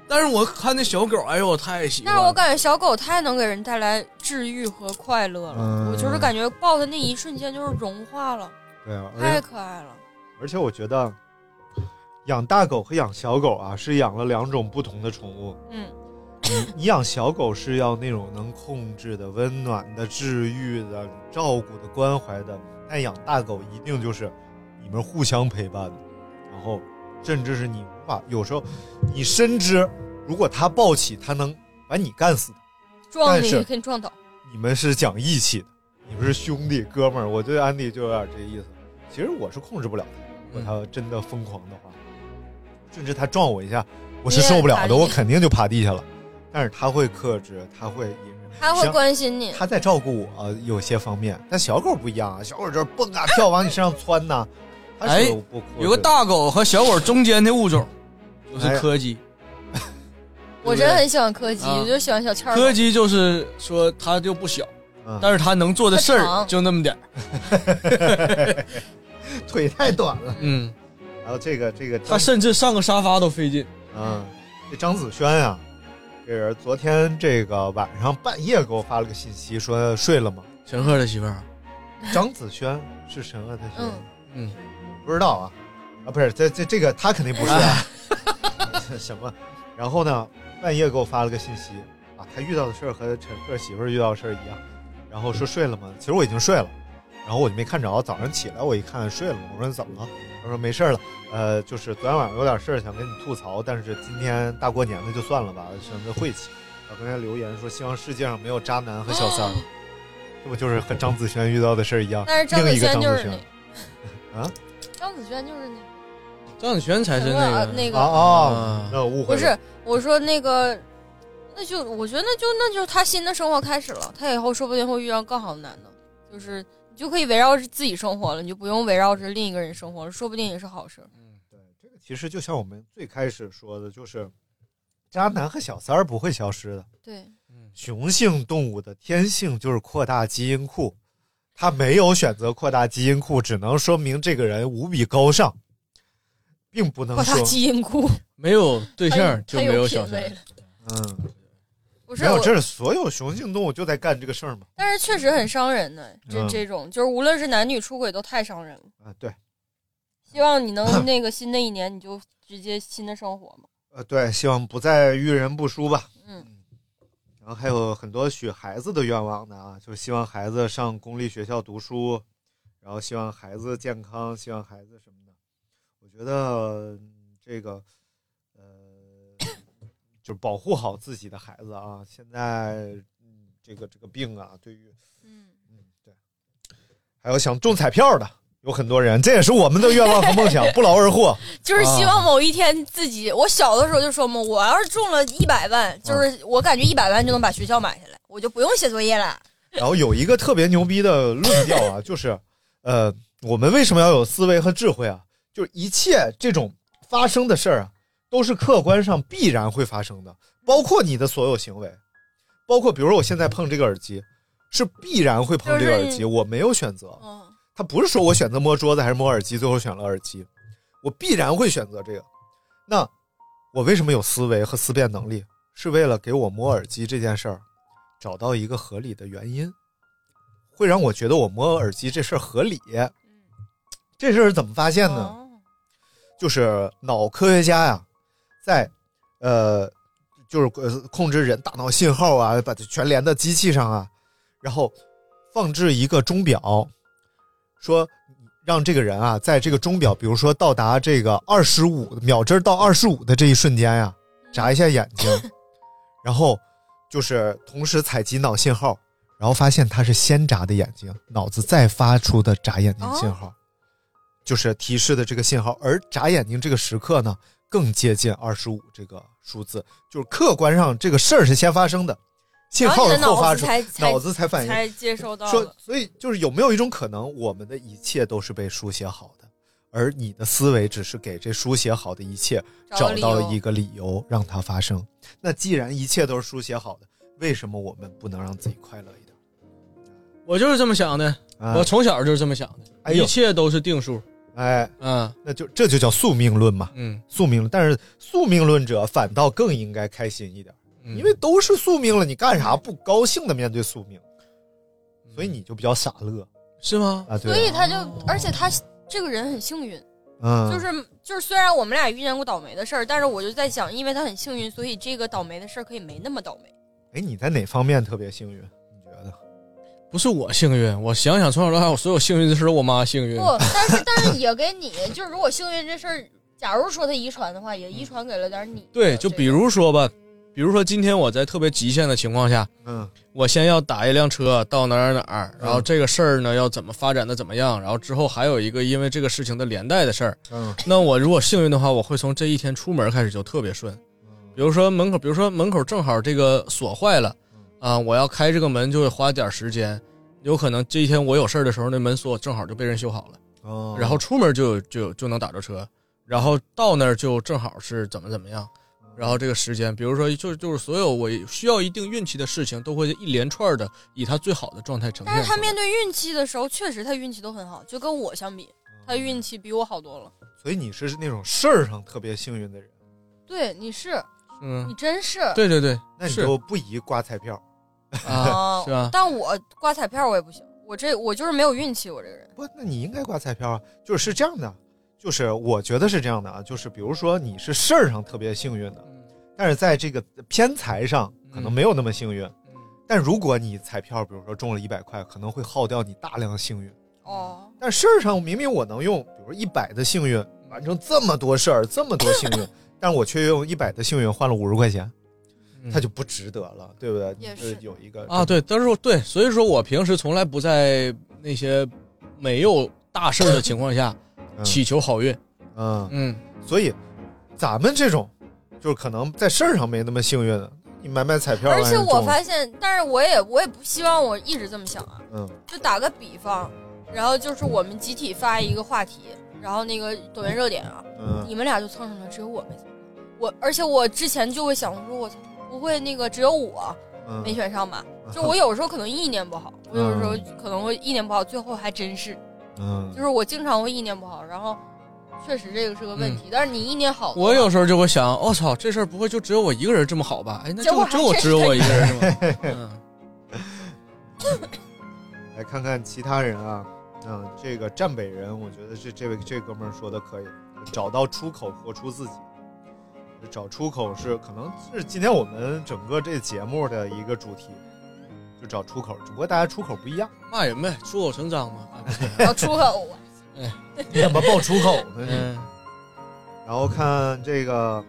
但是我看那小狗，哎呦，我太喜欢了。 但是我感觉小狗太能给人带来治愈和快乐了，我就是感觉抱的那一瞬间就是融化了。 对啊， 太可爱了。 而且我觉得养大狗和养小狗啊是养了2种不同的宠物。你养小狗是要那种能控制的、温暖的、治愈的、照顾的、关怀的，但养大狗一定就是你们互相陪伴的，然后甚至是你无法，有时候你深知如果它抱起它能把你干死的， 撞你可以撞倒。 你们是讲义气的，你们是兄弟哥们儿。我对安迪就有点这意思。其实我是控制不了他，如果他真的疯狂的话，甚至他撞我一下我是受不了的，我肯定就趴地下了。但是他会克制，他会隐忍， 他会关心你， 他在照顾我有些方面。但小狗不一样啊，小狗这蹦啊跳往你身上窜呐。 有个大狗和小狗中间的物种就是柯基。 我真的很喜欢柯基，我就喜欢小欠儿。 柯基就是说它就不小，但是它能做的事儿就那么点儿， 腿太短了。然后这个它甚至上个沙发都费劲。 这张子轩啊，这人昨天这个晚上半夜给我发了个信息，说睡了吗？ 陈赫的媳妇儿， 张子轩是陈赫的媳妇儿。不知道啊，不是这个他肯定不是啊。什么？然后呢，半夜给我发了个信息啊，他遇到的事儿和陈赫媳妇儿遇到的事儿一样，然后说睡了吗？其实我已经睡了，然后我就没看着，早上起来我一看睡了吗？我说怎么了？他说没事了，就是昨天晚上有点事儿想跟你吐槽，但是今天大过年的就算了吧，省得晦气。我刚才留言说希望世界上没有渣男和小三儿，这不就是和张子轩遇到的事儿一样？ 但是张子轩就是你啊， 张子轩就是你。 张子轩才是那个那我误会了。 不是，我说那个，我觉得那就是他新的生活开始了，他以后说不定会遇到更好的男的，就是你就可以围绕着自己生活了，你就不用围绕着另一个人生活了，说不定也是好事。 对，这个其实就像我们最开始说的，就是渣男和小三儿不会消失的。 对， 雄性动物的天性就是扩大基因库，他没有选择扩大基因库，只能说明这个人无比高尚。并不能说扩大基因库， 没有对象就没有小三。 不是， 没有，这是所有雄性动物就在干这个事儿嘛。 但是确实很伤人的，这种就是无论是男女出轨都太伤人了啊。对， 希望你能那个新的一年你就直接新的生活嘛。 对，希望不再遇人不淑吧。然后还有很多许孩子的愿望呢啊，就是希望孩子上公立学校读书，然后希望孩子健康，希望孩子什么的。我觉得这个就是保护好自己的孩子啊。现在这个病啊，对于对，还有想中彩票的有很多人，这也是我们的愿望和梦想，不劳而获。 就是希望某一天自己，我小的时候就说嘛，我要是中了100万，就是我感觉100万就能把学校买下来，我就不用写作业了。 然后有一个特别牛逼的论调啊，就是我们为什么要有思维和智慧啊？就是一切这种发生的事儿啊，都是客观上必然会发生的，包括你的所有行为，包括比如说我现在碰这个耳机，是必然会碰这个耳机，我没有选择。他不是说我选择摸桌子还是摸耳机，最后选了耳机，我必然会选择这个。那我为什么有思维和思辨能力？是为了给我摸耳机这件事儿找到一个合理的原因，会让我觉得我摸耳机这事儿合理。这事儿是怎么发现呢？就是脑科学家呀，在就是控制人大脑信号啊，把它全连到机器上啊，然后放置一个钟表，说让这个人啊，在这个钟表，比如说到达这个25秒针到25的这一瞬间呀，眨一下眼睛，然后就是同时采集脑信号，然后发现他是先眨的眼睛，脑子再发出的眨眼睛信号。就是提示的这个信号，而眨眼睛这个时刻呢，更接近25这个数字，就是客观上这个事儿是先发生的，信号是后发出，脑子才反应， 才接收到。 说，所以就是有没有一种可能，我们的一切都是被书写好的，而你的思维只是给这书写好的一切找到一个理由让它发生。那既然一切都是书写好的，为什么我们不能让自己快乐一点？ 我就是这么想的，我从小就是这么想的，一切都是定数。 哎，那这就叫宿命论嘛，宿命论。但是宿命论者反倒更应该开心一点，因为都是宿命了，你干啥不高兴的面对宿命？所以你就比较傻乐， 是吗？ 啊，对。 所以他就，而且他这个人很幸运，就是虽然我们俩遇见过倒霉的事儿，但是我就在想，因为他很幸运，所以这个倒霉的事儿可以没那么倒霉。 哎，你在哪方面特别幸运？你觉得？ 不是我幸运，我想想从小到大我所有幸运的事，我妈幸运。 不，但是也给你，就是如果幸运这事儿，假如说他遗传的话，也遗传给了点你。 对，就比如说吧，比如说今天我在特别极限的情况下，我先要打一辆车到哪儿，然后这个事儿呢要怎么发展的怎么样，然后之后还有一个因为这个事情的连带的事儿，那我如果幸运的话，我会从这一天出门开始就特别顺。比如说门口正好这个锁坏了，我要开这个门就会花点时间，有可能这一天我有事的时候，那门锁正好就被人修好了，然后出门就能打着车，然后到那儿就正好是怎么样，然后这个时间，比如说就是所有我需要一定运气的事情，都会一连串的以他最好的状态呈现。 但是他面对运气的时候，确实他运气都很好，就跟我相比，他运气比我好多了。 所以你是那种事儿上特别幸运的人。 对，你是。你真是对， 那你就不宜刮彩票啊？是吧？ 但我刮彩票我也不行，我就是没有运气，我这个人。 不，那你应该刮彩票啊。就是这样的，就是我觉得是这样的啊，就是比如说你是事儿上特别幸运的，但是在这个偏财上可能没有那么幸运。但如果你彩票比如说中了100块，可能会耗掉你大量的幸运。但事儿上明明我能用，比如说100的幸运完成这么多事儿，这么多幸运。但我却用100的幸运换了50块钱，它就不值得了，对不对？ 也是有一个啊，对，但是对，所以说我平时从来不在那些没有大事的情况下祈求好运。 所以咱们这种就是可能在事儿上没那么幸运的，你买彩票。 而且我发现，但是我也不希望我一直这么想啊。就打个比方，然后就是我们集体发一个话题。然后那个抖音热点啊，你们俩就蹭上了，只有我没蹭上。而且我之前就会想说，我操，不会那个只有我没选上吧？就我有时候可能意念不好，我有时候可能会意念不好，最后还真是，就是我经常会意念不好，然后确实这个是个问题。但是你意念好， 我有时候就会想，我操，这事儿不会就只有我一个人这么好吧？哎，那就只有我一个人是吗？ 来看看其他人啊。这个占北人，我觉得这哥们儿说的可以，找到出口，活出自己。找出口可能是今天我们整个这节目的一个主题，就找出口，只不过大家出口不一样。 骂人呗，出口成章嘛。 出口， 你怎么爆出口呢？然后看这个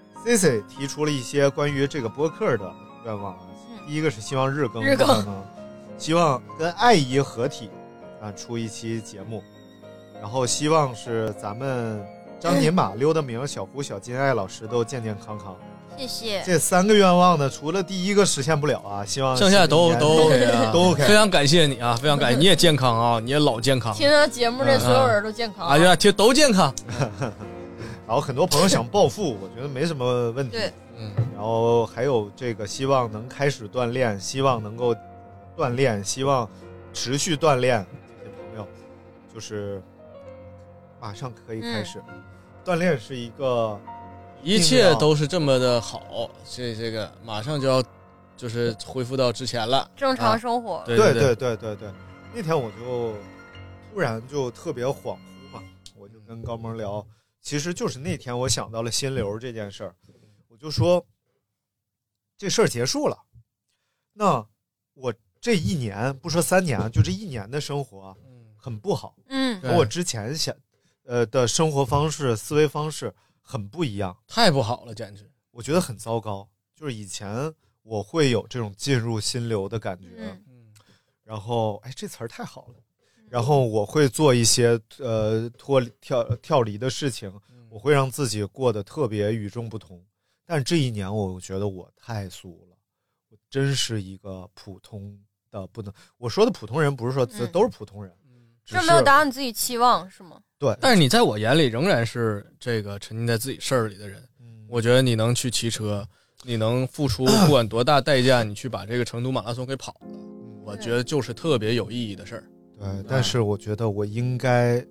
CC 提出了一些关于这个播客的愿望，第一个是希望日更，希望跟爱姨合体。出一期节目，然后希望是咱们张锦马、刘德明、小胡、小金、艾老师都健健康康。 谢谢。 这3个愿望呢，除了第一个实现不了啊，希望剩下都 OK 啊， 都 OK。 非常感谢你啊，非常感谢你也健康啊，你也老健康。 听到节目的所有人都健康啊，对啊，都健康。 然后很多朋友想暴富，我觉得没什么问题。 对， 然后还有这个希望能开始锻炼，希望能够锻炼，希望持续锻炼。就是马上可以开始锻炼，是一个一切都是这么的好，这个马上就要就是恢复到之前了， 正常生活。 对。那天我就突然就特别恍惚嘛，我就跟高萌聊，其实就是那天我想到了心流这件事儿，我就说这事儿结束了，那我这一年不说3年，就这1年的生活很不好，和我之前的生活方式、思维方式很不一样， 太不好了，简直， 我觉得很糟糕。就是以前我会有这种进入心流的感觉，然后这词儿太好了，然后我会做一些跳离的事情，我会让自己过得特别与众不同。但这1年我觉得我太俗了，我真是一个普通的不能，我说的普通人不是说都是普通人， 是没有达到你自己期望是吗？ 对， 但是你在我眼里仍然是这个沉浸在自己事儿里的人。我觉得你能去骑车，你能付出不管多大代价，你去把这个成都马拉松给跑了，我觉得就是特别有意义的事儿。 对，但是我觉得我应该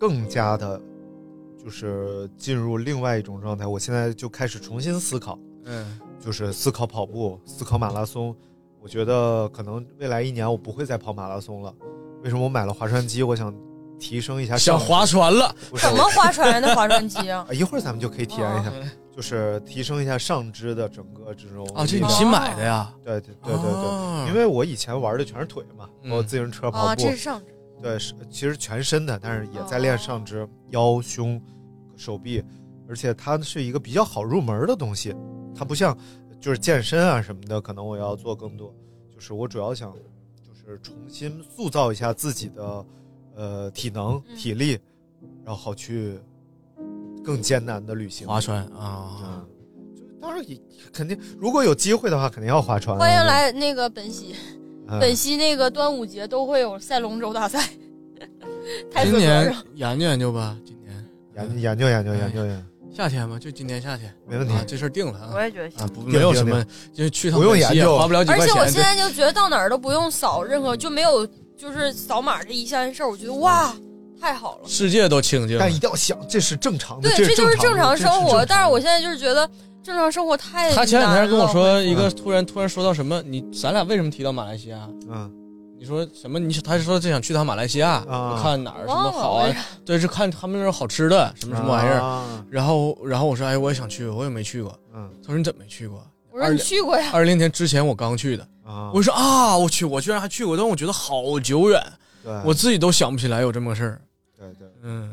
更加的，就是进入另外一种状态。我现在就开始重新思考，就是思考跑步，思考马拉松。我觉得可能未来1年我不会再跑马拉松了。为什么我买了划船机？我想提升一下。 想划船了？ 什么划船的划船机啊？ 一会儿咱们就可以体验一下。就是提升一下上肢的整个这种这你新买的呀？ 对，因为我以前玩的全是腿嘛，包括自行车、跑步， 这是上肢。 对，其实全身的，但是也在练上肢、腰、胸、手臂，而且它是一个比较好入门的东西，它不像就是健身啊什么的，可能我要做更多。就是我主要想就是重新塑造一下自己的体能、体力，然后好去更艰难的旅行。 划船啊， 当然也肯定，如果有机会的话，肯定要划船。 欢迎来那个本溪，本溪那个端午节都会有赛龙舟大赛。 今年研究研究吧，今年研究。 夏天嘛，就今年夏天， 没问题， 这事儿定了啊。 我也觉得没有什么，就去趟不用研究， 花不了几块钱。 而且我现在就觉得到哪儿都不用扫任何，就没有就是扫码这一项事儿，我觉得哇。太好了， 世界都清静， 但一定要想，这是正常的。 对，这就是正常生活。但是我现在就是觉得正常生活太难了。 他前两天跟我说一个突然说到什么，咱俩为什么提到马来西亚？你说什么？他是说就想去趟马来西亚，看哪儿什么好啊？对，是看他们那儿好吃的什么玩意儿。然后我说，我也想去，我也没去过。他说你怎么没去过？ 我说你去过呀。 20年之前我刚去的。我说我去，我居然还去过，但我觉得好久远，我自己都想不起来有这么个事儿。 对，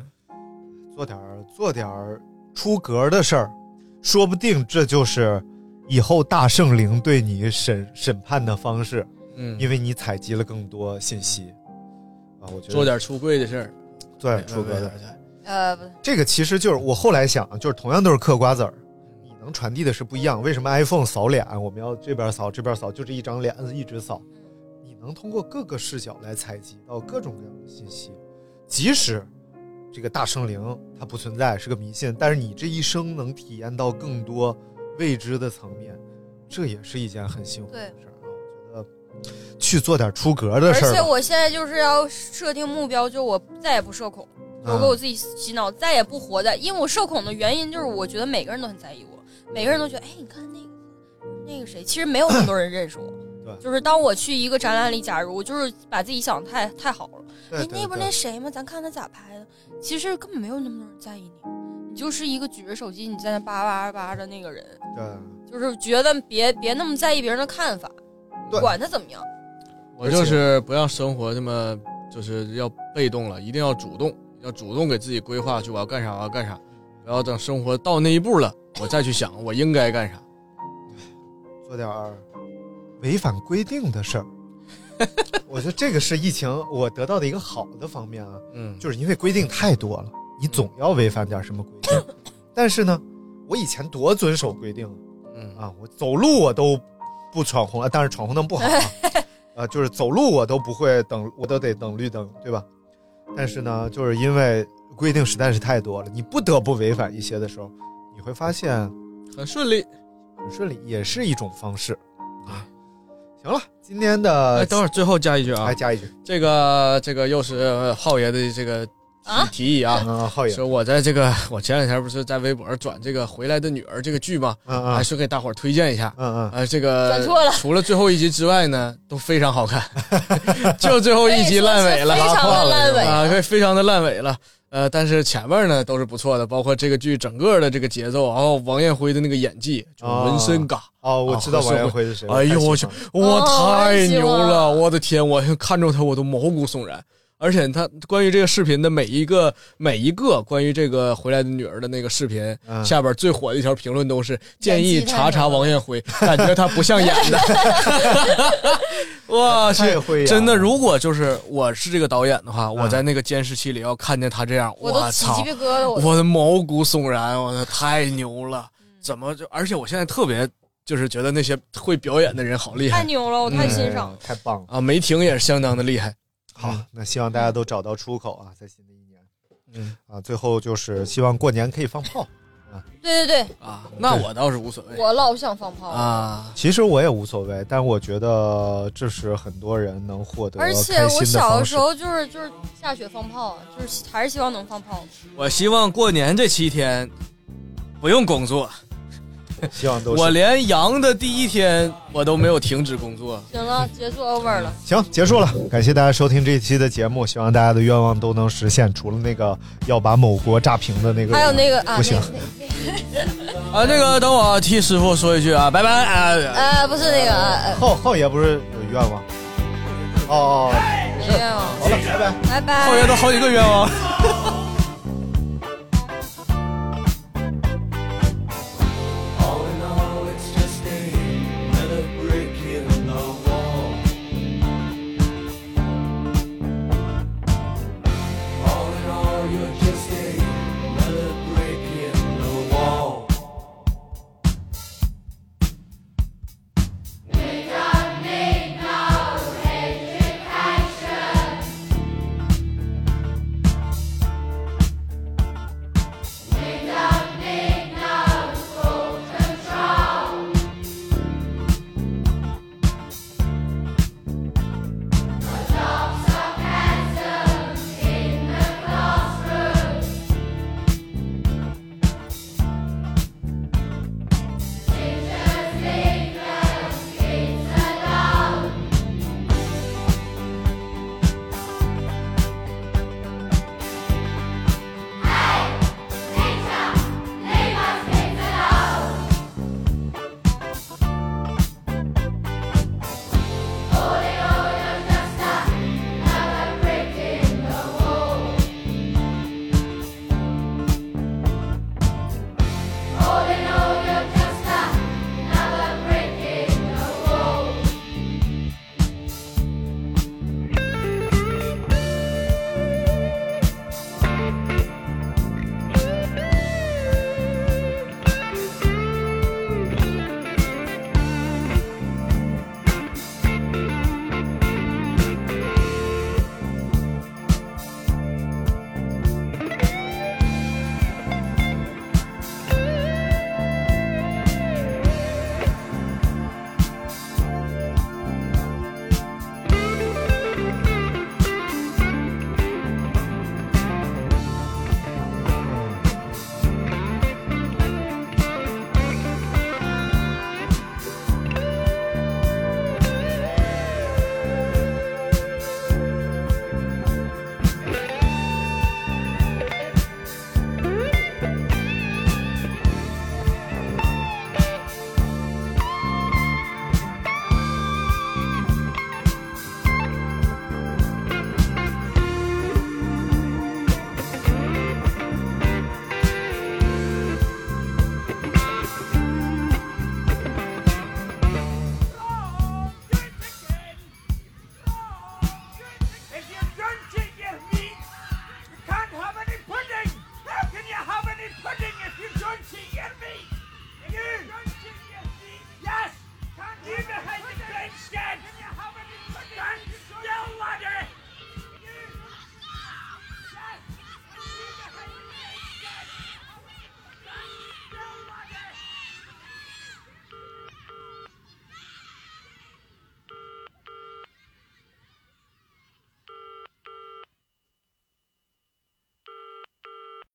做点出格的事儿，说不定这就是以后大圣灵对你审判的方式。因为你采集了更多信息啊，我觉得做点出柜的事儿， 做点出格的。这个其实就是我后来想，就是同样都是嗑瓜子儿，你能传递的是不一样。为什么 iPhone 扫脸，我们要这边扫这边扫，就这一张脸一直扫？你能通过各个视角来采集到各种各样的信息。即使这个大圣灵它不存在，是个迷信，但是你这一生能体验到更多未知的层面，这也是一件很幸福的事儿啊！我觉得去做点出格的事儿。 而且我现在就是要设定目标，就我再也不社恐，我给我自己洗脑，再也不活在。因为我社恐的原因就是我觉得每个人都很在意我，每个人都觉得，你看那个谁，其实没有那么多人认识我。就是当我去一个展览里，假如就是把自己想得太好了，那不是那谁吗？咱看他咋拍的，其实根本没有那么多人在意你，你就是一个举着手机你在那叭的那个人。对，就是觉得别那么在意别人的看法，管他怎么样。 我就是不让生活这么就是要被动了，一定要主动给自己规划，去我要干啥我要干啥，不要等生活到那一步了我再去想我应该干啥。 做点违反规定的事儿，我觉得这个是疫情我得到的一个好的方面啊。就是因为规定太多了，你总要违反点什么规定。但是呢，我以前多遵守规定，我走路我都不闯红灯，但是闯红灯不好啊。就是走路我都不会等，我都得等绿灯，对吧？但是呢，就是因为规定实在是太多了，你不得不违反一些的时候，你会发现很顺利， 也是一种方式啊。行了，今天的等会儿最后加一句啊， 来加一句， 这个又是浩爷的这个提议啊， 浩爷说我前两天不是在微博转这个《回来的女儿》这个剧吗？还是给大伙儿推荐一下。这个转错了， 除了最后一集之外呢，都非常好看，就最后一集烂尾了， 非常的烂尾啊，非常的烂尾了。但是前面呢都是不错的，包括这个剧整个的这个节奏，然后王艳辉的那个演技，就是纹身嘎。 我知道王艳辉是谁。 哎呦我去，我太牛了！我的天，我看着他我都毛骨悚然。而且他关于这个视频的每一个关于这个回来的女儿的那个视频，下边最火的一条评论都是建议查王艳辉，感觉他不像演的。哇，真的，如果就是我是这个导演的话，我在那个监视器里要看见他这样， 我都起鸡皮疙瘩， 我的毛骨悚然，我的太牛了！怎么就？而且我现在特别就是觉得那些会表演的人好厉害， 太牛了，我太欣赏， 太棒了啊！梅婷也是相当的厉害。 好，那希望大家都找到出口啊，在新的一年。最后就是希望过年可以放炮对对对啊，那我倒是无所谓。 我老想放炮啊， 其实我也无所谓，但我觉得这是很多人能获得开心的方式。 而且我小的时候就是下雪放炮，就是还是希望能放炮。 我希望过年这7天不用工作。 希望都是。 我连阳的第1天我都没有停止工作。 行了，结束 over 了。 行，结束了，感谢大家收听这一期的节目，希望大家的愿望都能实现，除了那个要把某国炸平的那个， 还有那个不行。 那个等我替师傅说一句啊，拜拜。 不是那个浩爷不是有愿望？哦， 没愿望。 好了，拜拜， 拜拜。 浩爷都好几个愿望。 You're